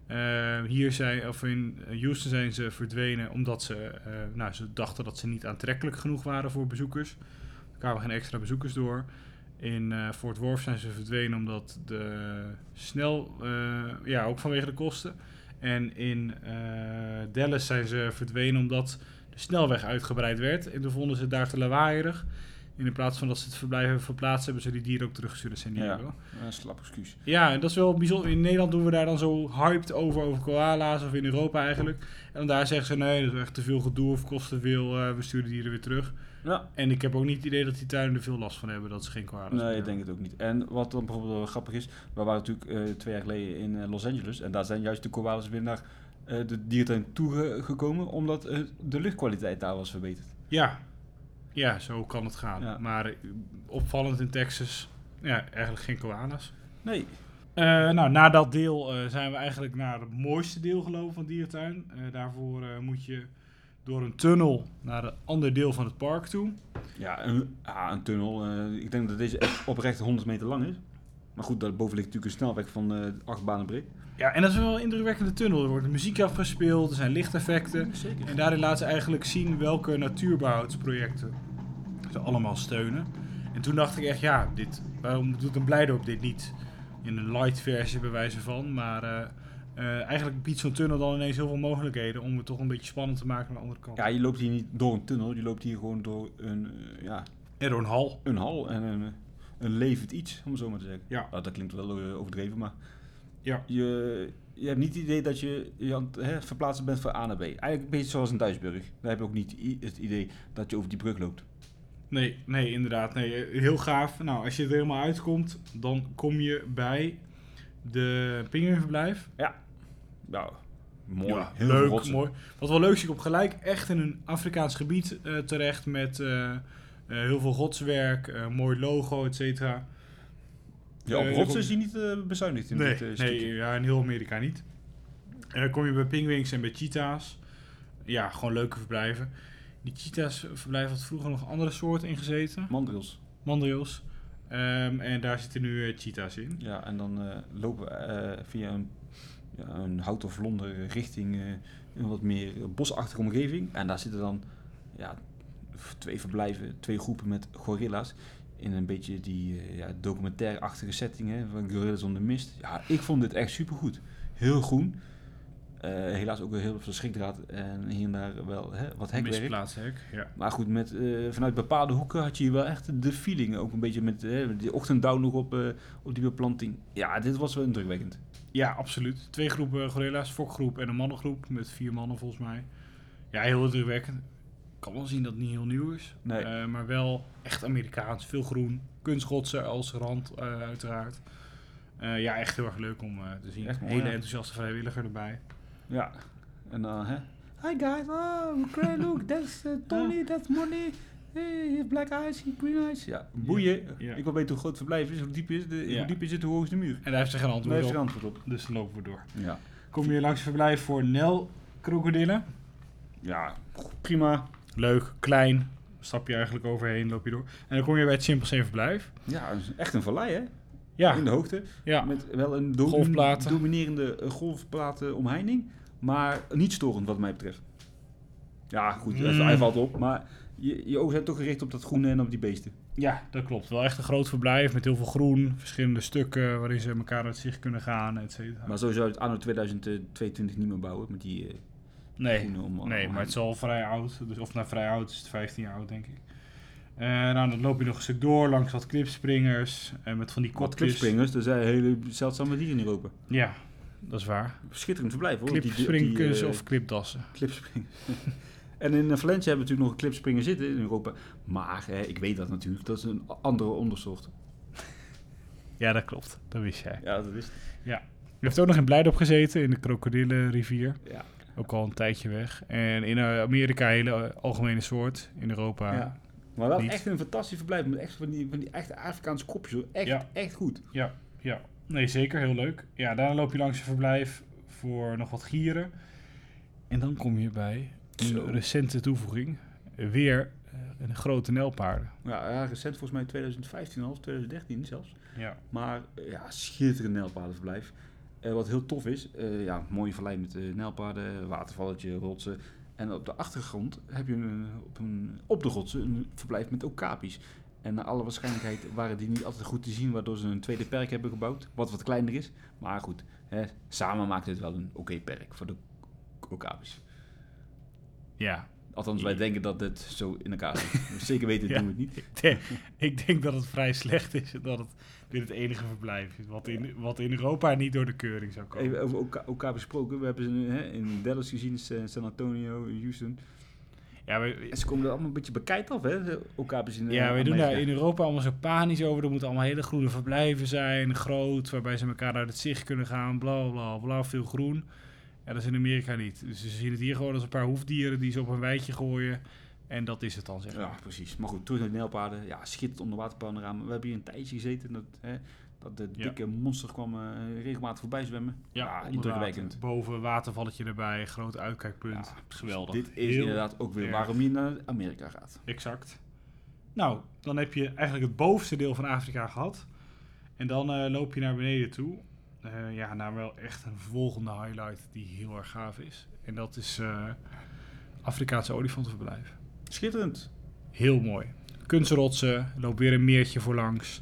Uh, hier zijn, of in Houston zijn ze verdwenen omdat ze, uh, nou, ze dachten dat ze niet aantrekkelijk genoeg waren voor bezoekers. Er kwamen geen extra bezoekers door. In uh, Fort Worth zijn ze verdwenen omdat de snel, uh, ja, ook vanwege de kosten. En in uh, Dallas zijn ze verdwenen omdat de snelweg uitgebreid werd. En toen vonden ze het daar te lawaaierig. En in plaats van dat ze het verblijf hebben verplaatst, hebben ze die dieren ook teruggestuurd naar San Diego. Ja, een slap excuus. Ja, en dat is wel bijzonder. In Nederland doen we daar dan zo hyped over, over koala's, of in Europa eigenlijk. En daar zeggen ze, nee, dat is echt te veel gedoe of kost te veel, uh, we sturen die dieren weer terug. Ja. En ik heb ook niet het idee dat die tuinen er veel last van hebben, dat ze geen koala's Nee, meer ik denk het ook niet. En wat dan bijvoorbeeld wel grappig is, we waren natuurlijk uh, twee jaar geleden in uh, Los Angeles. En daar zijn juist de koalas weer naar uh, de dierentuin toegekomen, omdat uh, de luchtkwaliteit daar was verbeterd. Ja, ja, zo kan het gaan. Ja. Maar uh, opvallend in Texas, ja, eigenlijk geen koala's. Nee. Uh, nou, na dat deel uh, zijn we eigenlijk naar het mooiste deel gelopen van de dierentuin. Uh, daarvoor uh, moet je door een tunnel naar een ander deel van het park toe. Ja, een, ja, een tunnel. Uh, ik denk dat deze echt oprecht honderd meter lang is. Maar goed, daarboven ligt natuurlijk een snelweg van uh, acht banen breed. Ja, en dat is wel een indrukwekkende tunnel. Er wordt muziek afgespeeld, er zijn lichteffecten. Zeker. En daarin laten ze eigenlijk zien welke natuurbehoudsprojecten ze allemaal steunen. En toen dacht ik echt, ja, dit, waarom doet een Blijdorp dit niet in een light versie bij wijze van. Maar uh, uh, eigenlijk biedt zo'n tunnel dan ineens heel veel mogelijkheden om het toch een beetje spannend te maken aan de andere kant. Ja, je loopt hier niet door een tunnel, je loopt hier gewoon door een, uh, ja, En door een hal. een hal en een, een levend iets, om het zo maar te zeggen. Ja. Nou, dat klinkt wel uh, overdreven, maar Ja. je, je hebt niet het idee dat je, je aan het hè, verplaatsen bent van A naar B. Eigenlijk een beetje zoals in Duisburg. Daar heb je ook niet i- het idee dat je over die brug loopt. Nee, nee, inderdaad. Nee, heel gaaf. Nou, als je er helemaal uitkomt, dan kom je bij de pinguïnverblijf. Nou, mooi. Ja, heel veel leuk, rotsen. mooi. Wat wel leuk is, je komt gelijk echt in een Afrikaans gebied uh, terecht met uh, uh, heel veel rotswerk, uh, mooi logo, et cetera. Ja, op Uh, rotsen kom- is die niet uh, bezuinigd in Nee, dit uh, stukje. nee, ja, in heel Amerika niet. En dan kom je bij pinguïns en bij cheetahs. Ja, gewoon leuke verblijven. Die cheetahs verblijven had vroeger nog andere soorten in gezeten. Mandrils. Mandrills. Um, en daar zitten nu uh, cheetahs in. Ja, en dan uh, lopen we uh, via een, ja, een hout of vlonder richting uh, een wat meer bosachtige omgeving. En daar zitten dan ja, twee verblijven, twee groepen met gorilla's. In een beetje die uh, ja, documentaire-achtige setting hè, van Gorillas on the Mist. Ja, ik vond dit echt supergoed. Heel groen. Uh, helaas ook wel heel veel schrikdraad en hier en daar wel hè, wat hekwerk. Misplaatshek, ja. Maar goed, met, uh, vanuit bepaalde hoeken had je hier wel echt de feeling. Ook een beetje met uh, die ochtenddauw nog op, uh, op die beplanting. Ja, dit was wel indrukwekkend. Ja, absoluut. Twee groepen gorilla's, fokgroep en een mannengroep met vier mannen volgens mij. Ja, heel indrukwekkend. Ik kan wel zien dat het niet heel nieuw is. Nee. Uh, maar wel echt Amerikaans, veel groen. Kunstrotsen als rand uh, uiteraard. Uh, ja, echt heel erg leuk om uh, te zien. Echt mooi, Hele ja. enthousiaste vrijwilliger erbij. Ja. En dan, hè? Hi guys, oh, great look, that's uh, Tony, that's Money. Hey, he has black eyes, he has green eyes. Ja, boeien. Ja. Ik wil weten hoe groot het verblijf is, hoe diep is, de, Ja. hoe diep is het, hoe hoog is de muur. En daar heeft ze geen Daar antwoord heeft op. er antwoord op. Dus dan lopen we door. Ja. Kom je langs het verblijf voor Nel krokodillen. Ja, prima. Leuk, klein. Stap je eigenlijk overheen, loop je door. En dan kom je bij het Chimpansee verblijf. Ja, echt een vallei, hè? Ja, In de hoogte. ja. Met wel een domi- Golfplaten. dominerende uh, golfplaten omheining. Maar niet storend wat mij betreft. Ja, goed, Mm. hij valt op. Maar je, je ogen zijn toch gericht op dat groene en op die beesten. Ja, dat klopt. Wel echt een groot verblijf met heel veel groen. Verschillende stukken waarin ze elkaar uit zicht kunnen gaan, et cetera. Maar zo zou het anno tweeduizend tweeëntwintig niet meer bouwen. Met die uh, Nee, groene om, nee, maar het is al vrij oud. Dus, of nou, vrij oud is het vijftien jaar oud, denk ik. Uh, nou, dan loop je nog een stuk door langs wat klipspringers. En met van die Wat kopjes. klipspringers, er zijn hele zeldzame dieren in Europa. Ja, dat is waar. Schitterend verblijf hoor. op die- op die, Klipspringers uh, of klipdassen. Klipspringers. En in uh, Valencia hebben we natuurlijk nog een klipspringer zitten in Europa. Maar hè, ik weet dat natuurlijk, dat is een andere ondersoort. Ja, dat klopt. Dat wist jij. Ja, dat wist ik. Je hebt ook nog in Blijdorp gezeten, in de krokodillenrivier. Ja. Ook al een tijdje weg. En in uh, Amerika een hele uh, algemene soort. In Europa. Ja. Maar wel Niet. echt een fantastisch verblijf met echt van die, van die echte Afrikaanse kopjes. Hoor. Echt, Ja. echt goed. Ja, ja. Nee, zeker. Heel leuk. Ja, daarna loop je langs een verblijf voor nog wat gieren. En dan kom je bij een Zo. recente toevoeging. Weer uh, een grote nijlpaarden. Ja, ja, recent volgens mij twintig vijftien of twintig dertien zelfs. Ja. Maar uh, ja, schitterend nijlpaardenverblijf. Uh, wat heel tof is, uh, ja, mooie vallei met uh, nijlpaarden, watervalletje, rotsen. En op de achtergrond heb je een, op, een, op de rotsen een verblijf met okapis. En naar alle waarschijnlijkheid waren die niet altijd goed te zien, waardoor ze een tweede perk hebben gebouwd. Wat wat kleiner is. Maar goed, hè, samen maakt het wel een oké perk voor de okapis. Ja. Althans, wij denken dat het zo in elkaar zit. Zeker weten Ja. doen we het niet. Ik denk, ik denk dat het vrij slecht is en dat het dit het enige verblijf is. Wat in, wat in Europa niet door de keuring zou komen. Even over Oka- Okapis gesproken. We hebben ze hè, in Dallas gezien, in San Antonio, in Houston. Ja, we, En ze komen er allemaal een beetje bekijkt af, hè? de Okapis in ja, eh, we doen daar Amerika. in Europa allemaal zo panisch over. Er moeten allemaal hele groene verblijven zijn, groot, waarbij ze elkaar uit het zicht kunnen gaan, bla bla bla, veel groen. Ja, dat is in Amerika niet. Dus ze zien het hier gewoon als een paar hoefdieren die ze op een weidje gooien. En dat is het dan, zeg maar. Ja, precies. Maar goed, terug naar de nijlpaarden. Ja, schitterend onderwaterpanorama. We hebben hier een tijdje gezeten dat, hè, dat de Ja. dikke monster kwam uh, regelmatig voorbij zwemmen. Ja, onder indrukwekkend. water. Boven watervalletje erbij, groot uitkijkpunt. Ja, Geweldig. Dit is Heel inderdaad ook weer erg. waarom je naar Amerika gaat. Exact. Nou, dan heb je eigenlijk het bovenste deel van Afrika gehad. En dan uh, loop je naar beneden toe. Uh, ja, naar wel echt een volgende highlight die heel erg gaaf is. En dat is uh, Afrikaanse olifantenverblijf. Schitterend. Heel mooi. Kunstrotsen, er loopt weer een meertje voorlangs.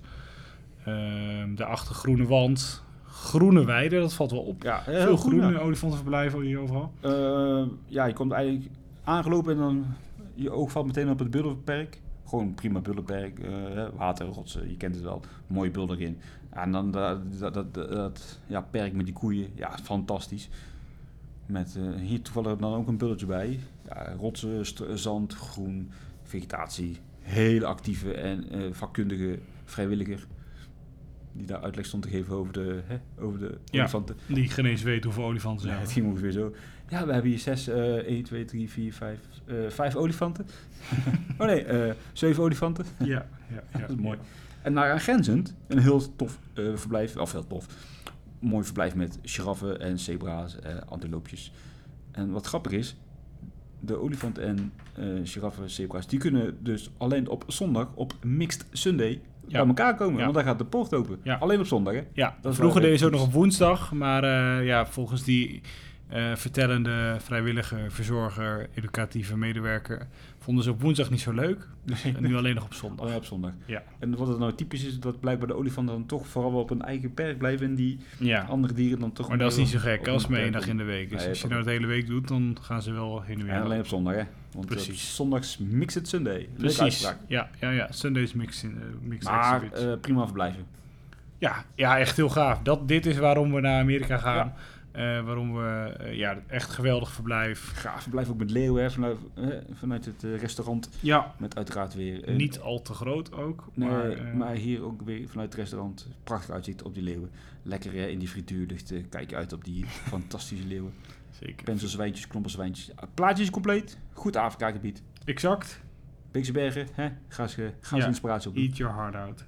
Uh, daarachter groene wand. Groene weiden, dat valt wel op. Ja, heel Veel goed, groene ja. olifantenverblijven hier overal. Uh, ja, je komt eigenlijk aangelopen en dan je oog valt meteen op het bullenperk. Gewoon een prima bullenperk, uh, water, rotsen, je kent het wel. Mooie bul erin. Ja, en dan dat, dat, dat, dat ja, perk met die koeien, ja, fantastisch. Met uh, hier toevallig dan ook een bulletje bij. Ja, rotsen, st- zand, groen, vegetatie. Hele actieve en uh, vakkundige vrijwilliger. Die daar uitleg stond te geven over de, hè, over de Ja. olifanten. Die geen eens weet hoeveel olifanten Ja, zijn. het ging ongeveer zo. Ja, we hebben hier zes, uh, één, twee, drie, vier, vijf, uh, vijf olifanten. oh nee, uh, zeven olifanten. Ja, ja, ja, Dat is mooi. ja. En naar aangrenzend, een heel tof uh, verblijf, of heel tof, mooi verblijf met giraffen en zebra's, uh, antiloopjes. En wat grappig is, de olifant en uh, giraffen, zebra's, die kunnen dus alleen op zondag, op Mixed Sunday, Ja. bij elkaar komen. Ja. Want daar gaat de poort open. Ja. Alleen op zondag, hè? Ja, Dat is vroeger wel deden ze ook echt nog op woensdag, maar uh, ja, volgens die uh, vertellende vrijwillige verzorger, educatieve medewerker, vonden ze op woensdag niet zo leuk. Dus en nu alleen nog op zondag. Alleen op zondag. Ja. En wat het nou typisch is, dat blijkbaar de olifanten dan toch vooral wel op een eigen perk blijven en die Ja, andere dieren dan toch... maar dat is niet zo gek op als het maar één perk dag in de week is. Nee, Als je dat- nou de hele week doet, dan gaan ze wel heen en weer. En alleen op zondag, hè? Want Precies. Precies. zondags Mixed Sunday. Leuke Precies. uitspraak. Ja, ja, ja. Sundays mix in, uh, mixed Maar exhibits. uh, prima verblijven. Ja, ja, echt heel gaaf. Dat, dit is waarom we naar Amerika gaan. Uh, waarom we, uh, ja, echt geweldig verblijf. Gaaf verblijf ook met leeuwen, hè? Vanuit, uh, vanuit het uh, restaurant. Ja, Met uiteraard weer... Uh, niet al te groot ook. Nee, maar, maar, uh, hier ook weer vanuit het restaurant. Prachtig uitzicht op die leeuwen. Lekker hè, in die frituurlucht. Uh, kijk je uit op die fantastische leeuwen. zeker. Penzelswijntjes, klompenzwijntjes. Uh, plaatje is compleet. Goed Afrika gebied. Exact. Beekse Bergen, hè? Ga eens, uh, ga eens Ja. inspiratie op doen. Eat your heart out.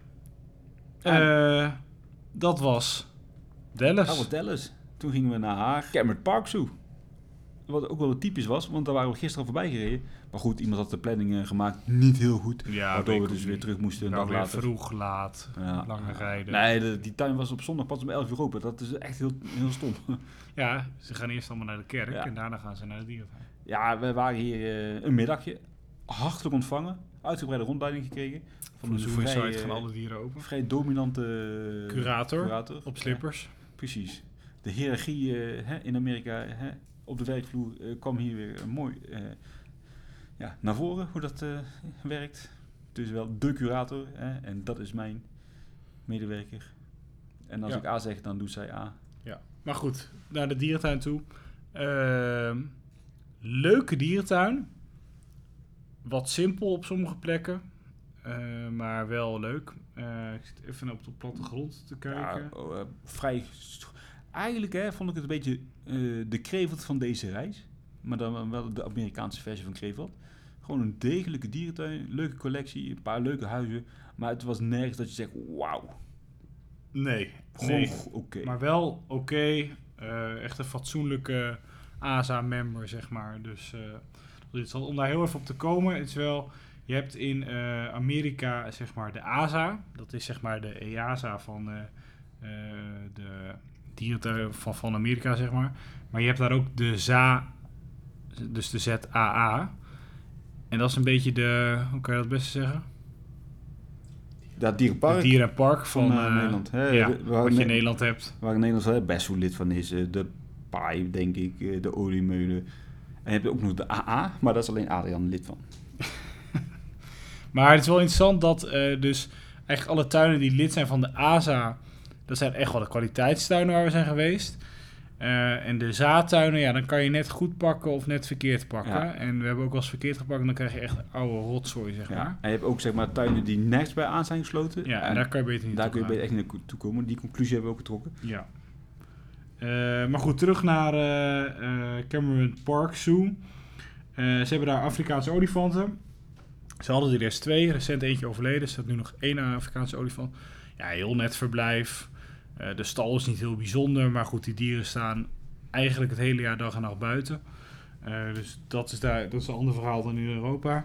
En- Uh, dat was Dallas. Dat was Dallas. Toen gingen we naar haar Cameron Park Zoo. wat ook wel typisch was, want daar waren we gisteren al voorbij gereden. Maar goed, iemand had de planning uh, gemaakt, niet heel goed. Ja, waardoor we dus weer terug moesten een nou, dag weer later. vroeg, laat, Ja. lange rijden. Nee, de, die tuin was op zondag pas om elf uur open. Dat is echt heel, heel stom. Ja, ze gaan eerst allemaal naar de kerk Ja. en daarna gaan ze naar de dierentuin. Ja, we waren hier uh, een middagje. Hartelijk ontvangen. Uitgebreide rondleiding gekregen. Van de vrij, site uh, gaan alle dieren open. vrij dominante uh, Curator, curator. op slippers. Ja, precies. De hiërarchie uh, hè, in Amerika hè, op de werkvloer uh, kwam hier weer uh, mooi uh, ja, naar voren hoe dat uh, werkt. Dus wel de curator hè, en dat is mijn medewerker. En als Ja. ik A zeg, dan doet zij A. Ja, maar goed, naar de dierentuin toe. Uh, leuke dierentuin. Wat simpel op sommige plekken. Uh, maar wel leuk. Uh, ik zit even op de plattegrond te kijken. Ja, uh, vrij... Eigenlijk hè, vond ik het een beetje uh, de Krevelt van deze reis. Maar dan wel de Amerikaanse versie van Krevelt. Gewoon een degelijke dierentuin. Leuke collectie. Een paar leuke huizen. Maar het was nergens dat je zegt, wauw. Nee, Gewoon nee. oké. Okay. Maar wel oké. Okay, uh, echt een fatsoenlijke A S A-member, zeg maar. Dus uh, om daar heel even op te komen, het is wel... Je hebt in uh, Amerika, zeg maar, de A S A. Dat is, zeg maar, de E A S A van uh, uh, de dierentuin van, van Amerika, zeg maar. Maar je hebt daar ook de Z A, dus de Z A A. En dat is een beetje de... Hoe kan je dat het beste zeggen? Dat dierenpark. Het dierenpark van, van uh, Nederland. Hè, ja, de, waar wat je ne- in Nederland hebt. Waar Nederland hè, best wel lid van is. Uh, de Paai, denk ik. Uh, de Oliemeulen. En je hebt ook nog de A A. Maar daar is alleen Adriaan lid van. Maar het is wel interessant dat uh, dus eigenlijk alle tuinen die lid zijn van de A S A... Dat zijn echt wel de kwaliteitstuinen waar we zijn geweest. Uh, en de zaadtuinen, ja, dan kan je net goed pakken of net verkeerd pakken. Ja. En we hebben ook wel eens verkeerd gepakt en dan krijg je echt oude rotzooi, zeg maar. Ja. En je hebt ook zeg maar tuinen die nergens bij aan zijn gesloten. Ja, en, en daar kan je beter niet Daar kun je beter echt niet naartoe komen. Die conclusie hebben we ook getrokken. Ja. Uh, maar goed, terug naar uh, uh, Cameron Park Zoo. Uh, ze hebben daar Afrikaanse olifanten. Ze hadden er eerst twee, recent eentje overleden. Er staat nu nog één Afrikaanse olifant. Ja, heel net verblijf. Uh, de stal is niet heel bijzonder, maar goed, die dieren staan eigenlijk het hele jaar dag en nacht buiten. Uh, dus dat is, daar, dat is een ander verhaal dan in Europa.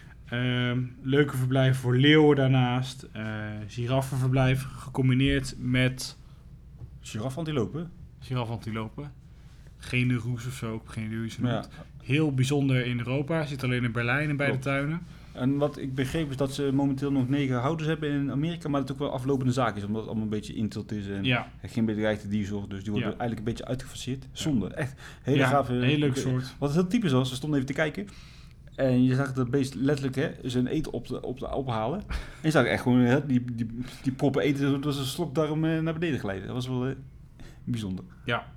Uh, leuke verblijf voor leeuwen daarnaast. Uh, giraffenverblijf gecombineerd met... Giraffantilopen? Giraffantilopen. Geen roes of zo, geen idee hoe je ze noemt. Ja. Heel bijzonder in Europa. Zit alleen in Berlijn en beide Klopt. tuinen. En wat ik begreep is dat ze momenteel nog negen houders hebben in Amerika, maar dat het ook wel aflopende zaak is, omdat het allemaal een beetje intilt is en Ja. geen bedreigde dierzorg, dus die worden Ja. eigenlijk een beetje uitgefaseerd. Zonde, echt. Hele Ja, gave. heel leuk soort. Wat heel typisch was, we stonden even te kijken en je zag dat beest letterlijk hè, zijn eten op de, op de, ophalen. En je zag echt gewoon hè, die, die, die proppen eten door zijn slokdarm naar beneden glijden. Dat was wel eh, bijzonder. Ja.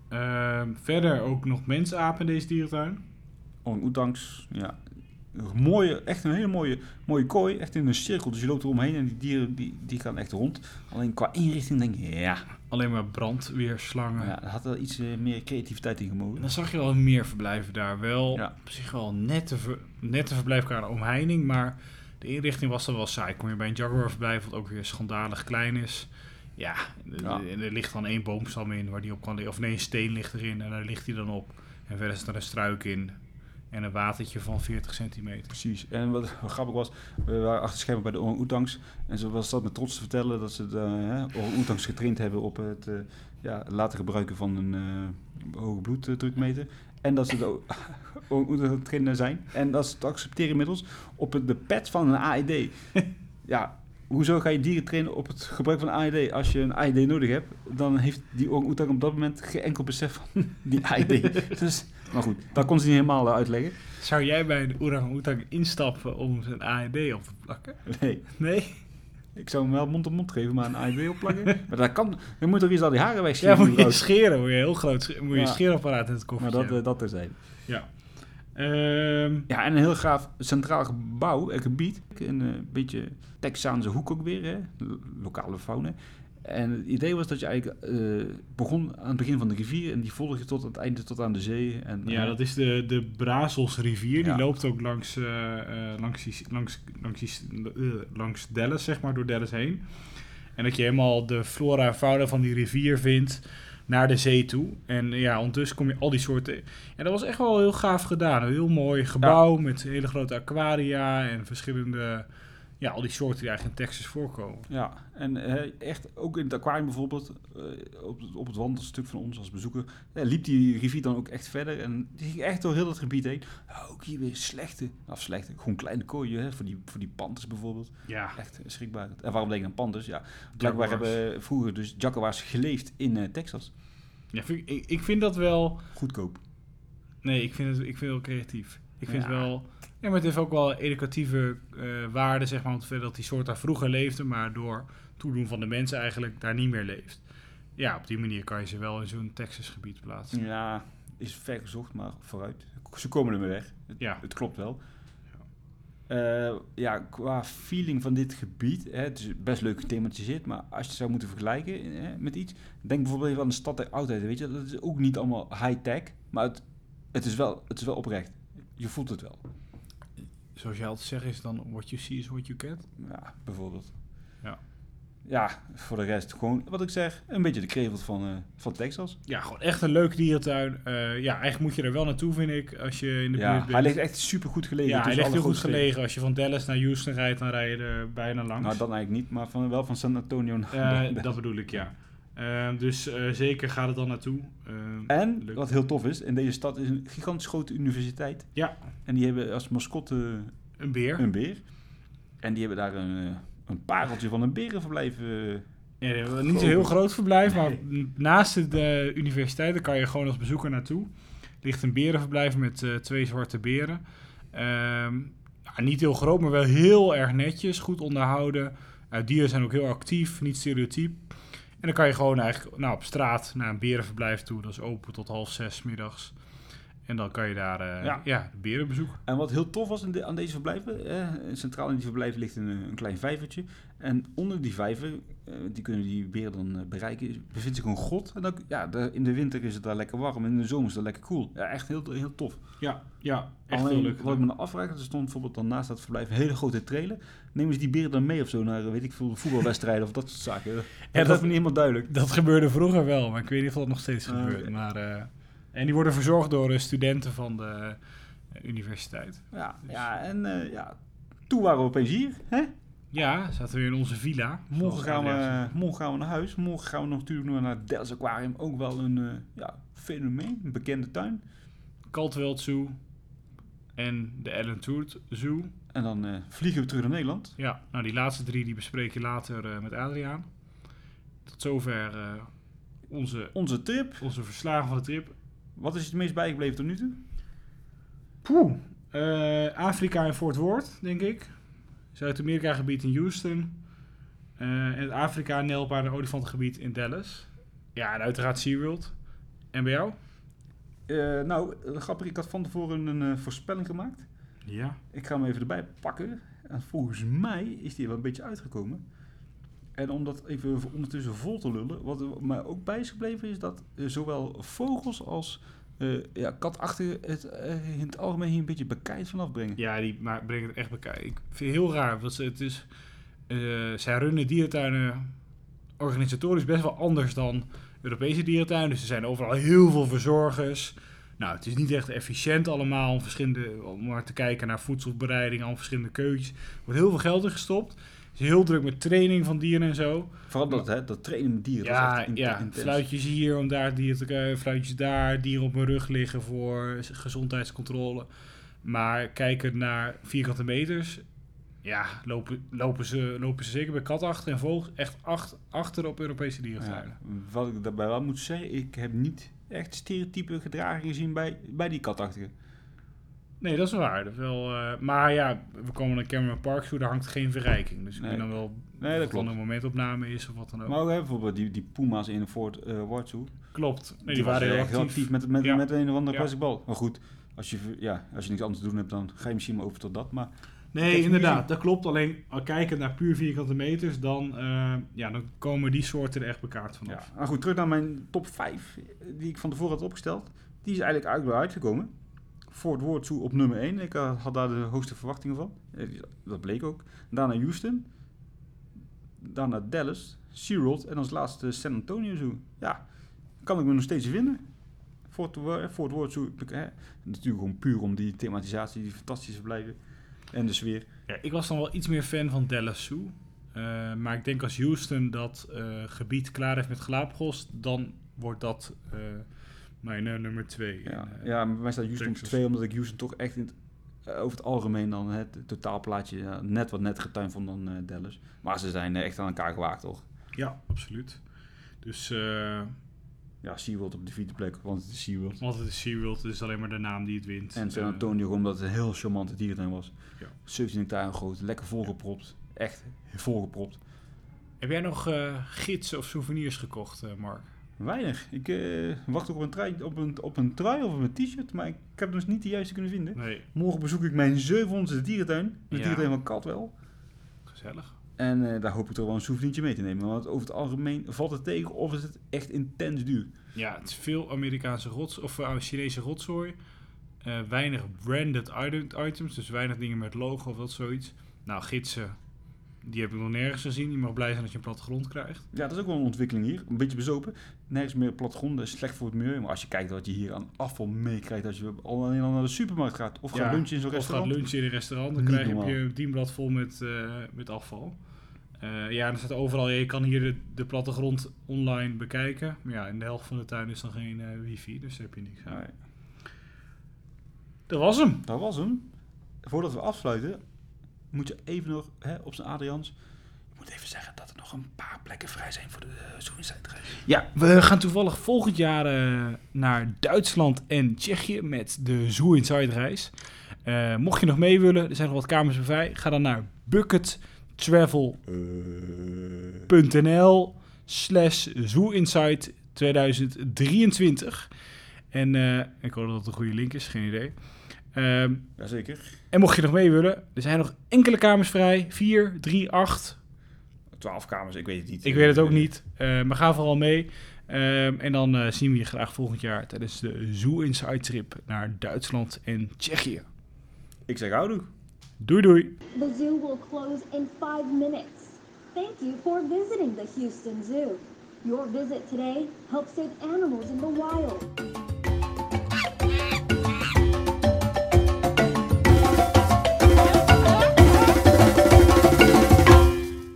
Uh, verder ook nog mensapen in deze dierentuin. Orang-oetangs, ja. Een mooie, echt een hele mooie, mooie kooi, echt in een cirkel. Dus je loopt eromheen en die dieren die, die gaan echt rond. Alleen qua inrichting denk je, ja. Alleen maar brandweerslangen. Ja, er had wel iets uh, meer creativiteit in En gemogen. dan zag je wel meer verblijven daar. Wel Ja. op zich wel nette, ver, nette verblijf qua omheining, maar de inrichting was dan wel saai. Kom je bij een Jaguar verblijf, wat ook weer schandalig klein is. Ja, Ja. er, er ligt dan één boomstam in waar die op kan liggen. Of nee, een steen ligt erin en daar ligt hij dan op. En verder zit er een struik in. En een watertje van veertig centimeter. Precies. En wat, wat grappig was, we waren achter schermen bij de orang-oetangs. En ze was dat met trots te vertellen dat ze de uh, orang-oetangs getraind hebben op het uh, ja, laten gebruiken van een uh, hoge bloeddrukmeter. En dat ze de orang-oetangs trainer zijn. En dat ze het accepteren inmiddels op het, de pet van een A E D. Ja, hoezo ga je dieren trainen op het gebruik van een A E D? Als je een A E D nodig hebt, dan heeft die orang-oetang op dat moment geen enkel besef van die A E D. Dus... Maar goed, dat kon ze niet helemaal uitleggen. Zou jij bij een orang-oetang instappen om zijn A E D op te plakken? Nee. Nee? Ik zou hem wel mond op mond geven, maar een A E D opplakken? Maar dat kan... Je moet toch eens al die haren Ja, wegschieten? moet je scheren. Moet je heel groot sch- moet je Ja. scheerapparaat in het Maar koffertje dat, uh, dat terzijde. Ja. Um, Ja, en een heel gaaf centraal gebouw, een gebied. Een uh, beetje Texaanse hoek ook weer, hè? Lo- lokale fauna. En het idee was dat je eigenlijk uh, begon aan het begin van de rivier en die volgde tot het einde tot aan de zee. En, ja, uh, dat is de, de Brazelsrivier. Die Ja. loopt ook langs, uh, uh, langs, die, langs, langs, die, uh, langs Dallas, zeg maar, door Dallas heen. En dat je helemaal de flora en fauna van die rivier vindt. naar de zee toe. En ja, ondertussen kom je al die soorten... En dat was echt wel heel gaaf gedaan. Een heel mooi gebouw ja. met hele grote aquaria en verschillende... Ja, al die soorten die eigenlijk in Texas voorkomen. Ja, en uh, echt ook in het aquarium bijvoorbeeld, uh, op, op het wandelstuk van ons als bezoeker, uh, liep die rivier dan ook echt verder. En die ging echt door heel dat gebied heen. Uh, ook hier weer slechte, of slechte, gewoon kleine kooien, hè, voor die, voor die panthers bijvoorbeeld. Ja. Echt schrikbaar. En waarom denk ik aan panthers? Ja, blijkbaar hebben vroeger dus jaguars geleefd in uh, Texas. Ja, vind, ik, ik vind dat wel... Goedkoop. Nee, ik vind het, ik vind het wel creatief. Ik vind ja. het wel... Ja, maar het heeft ook wel educatieve uh, waarde, zeg maar, want dat die soort daar vroeger leefde, maar door toedoen van de mensen eigenlijk daar niet meer leeft. Ja, op die manier kan je ze wel in zo'n Texas gebied plaatsen. Ja, is ver gezocht, maar vooruit. Ze komen er mee weg. Het, ja. het klopt wel. Ja. Uh, ja, qua feeling van dit gebied, hè, het is best leuk gethematiseerd, maar als je het zou moeten vergelijken hè, met iets, denk bijvoorbeeld even aan de stad der oudheid, weet je, dat is ook niet allemaal high-tech, maar het, het, is wel, het is wel oprecht. Je voelt het wel. Zoals je altijd zegt, is dan what you see is what you get? Ja, bijvoorbeeld. Ja. Ja, voor de rest gewoon, wat ik zeg, een beetje de krevelt van, uh, van Texas. Ja, gewoon echt een leuke dierentuin. Uh, ja, eigenlijk moet je er wel naartoe, vind ik, als je in de ja, buurt bent. Hij ligt echt super goed gelegen. Ja, hij ligt heel goed gelegen. gelegen. Als je van Dallas naar Houston rijdt, dan rij je er bijna langs. Nou, dan eigenlijk niet, maar van, wel van San Antonio naar uh, Dat bedoel ik, ja. Uh, dus uh, zeker gaat het dan naartoe. Uh, en, leuk. wat heel tof is, in deze stad is een gigantisch grote universiteit. Ja. En die hebben als mascotte... Een beer. Een beer. En die hebben daar een, een pareltje van een berenverblijf. Uh, ja, niet een heel groot verblijf, nee. Maar naast de, de universiteit, daar kan je gewoon als bezoeker naartoe. Er ligt een berenverblijf met uh, twee zwarte beren. Um, ja, niet heel groot, maar wel heel erg netjes, goed onderhouden. Uh, dieren zijn ook heel actief, niet stereotyp. En dan kan je gewoon eigenlijk nou, op straat naar een berenverblijf toe. Dat is open tot half zes middags. En dan kan je daar uh, ja. Ja, de beren bezoeken. En wat heel tof was in de, aan deze verblijven, eh, centraal in die verblijven ligt een, een klein vijvertje. En onder die vijver, uh, die kunnen die beren dan uh, bereiken, bevindt zich een grot. En dan, ja, de, in de winter is het daar lekker warm en in de zomer is het lekker koel. Ja, echt heel, heel tof. Ja, ja echt Alleen, heel leuk. Wat ik me dan afvraag, er stond bijvoorbeeld dan naast dat verblijf een hele grote trailer. Nemen ze die beren dan mee of zo naar, weet ik veel, voetbalwedstrijden of dat soort zaken? Dat, ja, dat is me niet helemaal duidelijk. Dat gebeurde vroeger wel, maar ik weet niet of dat nog steeds gebeurt. Uh, okay. Maar... Uh, En die worden verzorgd door uh, studenten van de uh, universiteit. Ja, dus. ja en uh, ja, toen waren we opeens hier, hè? Ja, zaten we in onze villa. Morgen gaan, we, morgen gaan we naar huis. Morgen gaan we nog natuurlijk nog naar het Dallas Aquarium. Ook wel een uh, ja, fenomeen, een bekende tuin. Caldwell Zoo en de Ellen Tourt Zoo. En dan uh, vliegen we terug naar Nederland. Ja, nou die laatste drie die bespreek je later uh, met Adriaan. Tot zover uh, onze, onze trip. Onze verslagen van de trip. Wat is je het meest bijgebleven tot nu toe? Poeh. Uh, Afrika en Fort Worth, denk ik. Zuid-Amerika gebied in Houston. Uh, en het Afrika, Nijlpaard en olifantengebied in Dallas. Ja, en uiteraard SeaWorld. En bij jou? Uh, nou, grappig, ik had van tevoren een uh, voorspelling gemaakt. Ja. Ik ga hem even erbij pakken. En volgens mij is die wel een beetje uitgekomen. En om dat even ondertussen vol te lullen, wat er mij ook bij is gebleven is dat uh, zowel vogels als uh, ja, katachtigen het uh, in het algemeen hier een beetje bekijkt vanaf brengen. Ja, die maar brengen het echt bekijkt. Ik vind het heel raar, want het is, uh, zij runnen dierentuinen organisatorisch best wel anders dan Europese dierentuinen. Dus er zijn overal heel veel verzorgers. Nou, het is niet echt efficiënt allemaal om, verschillende, om maar te kijken naar voedselbereiding, al verschillende keukens. Er wordt heel veel geld in gestopt. Het is heel druk met training van dieren en zo. Vooral dat, hè, dat trainen met dieren. Ja, dat is echt ja intens. Fluitjes hier om daar dieren te krijgen, fluitjes daar, dieren op hun rug liggen voor gezondheidscontrole. Maar kijken naar vierkante meters, ja, lopen, lopen, ze, lopen ze zeker bij katachten en vogels echt acht, achter op Europese dierentuinen. Ja, wat ik daarbij wel moet zeggen, ik heb niet echt stereotype gedraging gezien bij, bij die katachtigen. Nee, dat is waar. Dat is wel, uh, maar ja, we komen naar Cameron Park toe, daar hangt geen verrijking. Dus ik nee. weet dan wel nee, of dat het dan een momentopname is of wat dan ook. Maar ook hè, bijvoorbeeld die, die puma's in Fort uh, Worth Zoo. Klopt. Nee, die, die waren heel actief. heel actief met, met, ja. met een of andere ja. plastic bal. Maar goed, als je, ja, als je niks anders te doen hebt, dan ga je misschien maar over tot dat. Maar nee, inderdaad, dat klopt. Alleen al kijken naar puur vierkante meters, dan, uh, ja, dan komen die soorten er echt bekaard vanaf. Ja. Maar goed, terug naar mijn top vijf, die ik van tevoren had opgesteld. Die is eigenlijk uit, uitgekomen. Fort Worth Zoo op nummer één. Ik uh, had daar de hoogste verwachtingen van. Dat bleek ook. Daarna Houston. Daarna Dallas. SeaWorld. En als laatste San Antonio Zoo. Ja, kan ik me nog steeds vinden. Voor het, wo- voor het woord Zoo. Hè? Natuurlijk gewoon puur om die thematisatie, die fantastische blijven. En de sfeer. Ja, ik was dan wel iets meer fan van Dallas Zoo. Uh, maar ik denk als Houston dat uh, gebied klaar heeft met Galapagos, dan wordt dat uh, mijn uh, nummer twee. Ja, in, uh, ja, bij mij staat Houston op Texas. twee, omdat ik Houston toch echt in het, uh, over het algemeen dan het totaalplaatje ja, net wat net getuind vond dan uh, Dallas. Maar ze zijn uh, echt aan elkaar gewaagd, toch? Ja, absoluut. Dus uh, ja, SeaWorld op de vierde plek, want het is SeaWorld. Want het is SeaWorld, het is alleen maar de naam die het wint. En San Antonio, gewoon omdat het een heel charmante dierentuin was. Ja. zeventien hectare groot, lekker volgepropt. Echt volgepropt. Heb jij nog uh, gidsen of souvenirs gekocht, uh, Mark? Weinig. Ik uh, wacht ook op een, trui, op, een, op een trui of op een t-shirt, maar ik heb dus niet de juiste kunnen vinden. Nee. Morgen bezoek ik mijn zevenhonderdste dierentuin. De Ja. dierentuin van Caldwell. Gezellig. En uh, daar hoop ik toch wel een souvenirtje mee te nemen. Want over het algemeen valt het tegen of is het echt intens duur. Ja, het is veel Amerikaanse rots of uh, Chinese rotzooi. Uh, weinig branded items, dus weinig dingen met logo of dat zoiets. Nou, gidsen, die heb ik nog nergens gezien. Je mag blij zijn dat je een plattegrond krijgt. Ja, dat is ook wel een ontwikkeling hier. Een beetje bezopen. Nergens meer plattegrond, dat is slecht voor het milieu. Maar als je kijkt wat je hier aan afval meekrijgt als je alleen al naar de supermarkt gaat. Of Ja, gaat lunchen in zo'n Of restaurant. gaat lunchen in een restaurant, dan Niet krijg je, normaal. heb je een dienblad vol met, uh, met afval. Uh, ja, er staat overal, ja, je kan hier de, de plattegrond online bekijken. Maar ja, in de helft van de tuin is dan geen uh, wifi, dus daar heb je niks aan. Nee, Dat was hem. dat was hem. Voordat we afsluiten, moet je even nog hè, op zijn Adriaans. Je moet even zeggen dat er nog een paar plekken vrij zijn voor de uh, Zoeïnsight-reis. Ja, we gaan toevallig volgend jaar uh, naar Duitsland en Tsjechië met de Zoo Inside reis. Uh, mocht je nog mee willen, er zijn nog wat kamers vrij. Ga dan naar buckettravel punt n l slash Zoo Inside tweeduizend drieëntwintig. En uh, ik hoop dat het een goede link is, geen idee. Um, Jazeker. en mocht je nog mee willen, er zijn nog enkele kamers vrij. vier, drie, acht. Twaalf kamers, ik weet het niet. Ik weet het ook niet, uh, maar ga vooral mee. Um, en dan uh, zien we je graag volgend jaar tijdens de Zoo Inside trip naar Duitsland en Tsjechië. Ik zeg houdoe. Doei doei! The zoo will close in five minutes. Thank you for visiting the Houston Zoo. Your visit today helps save animals in the wild.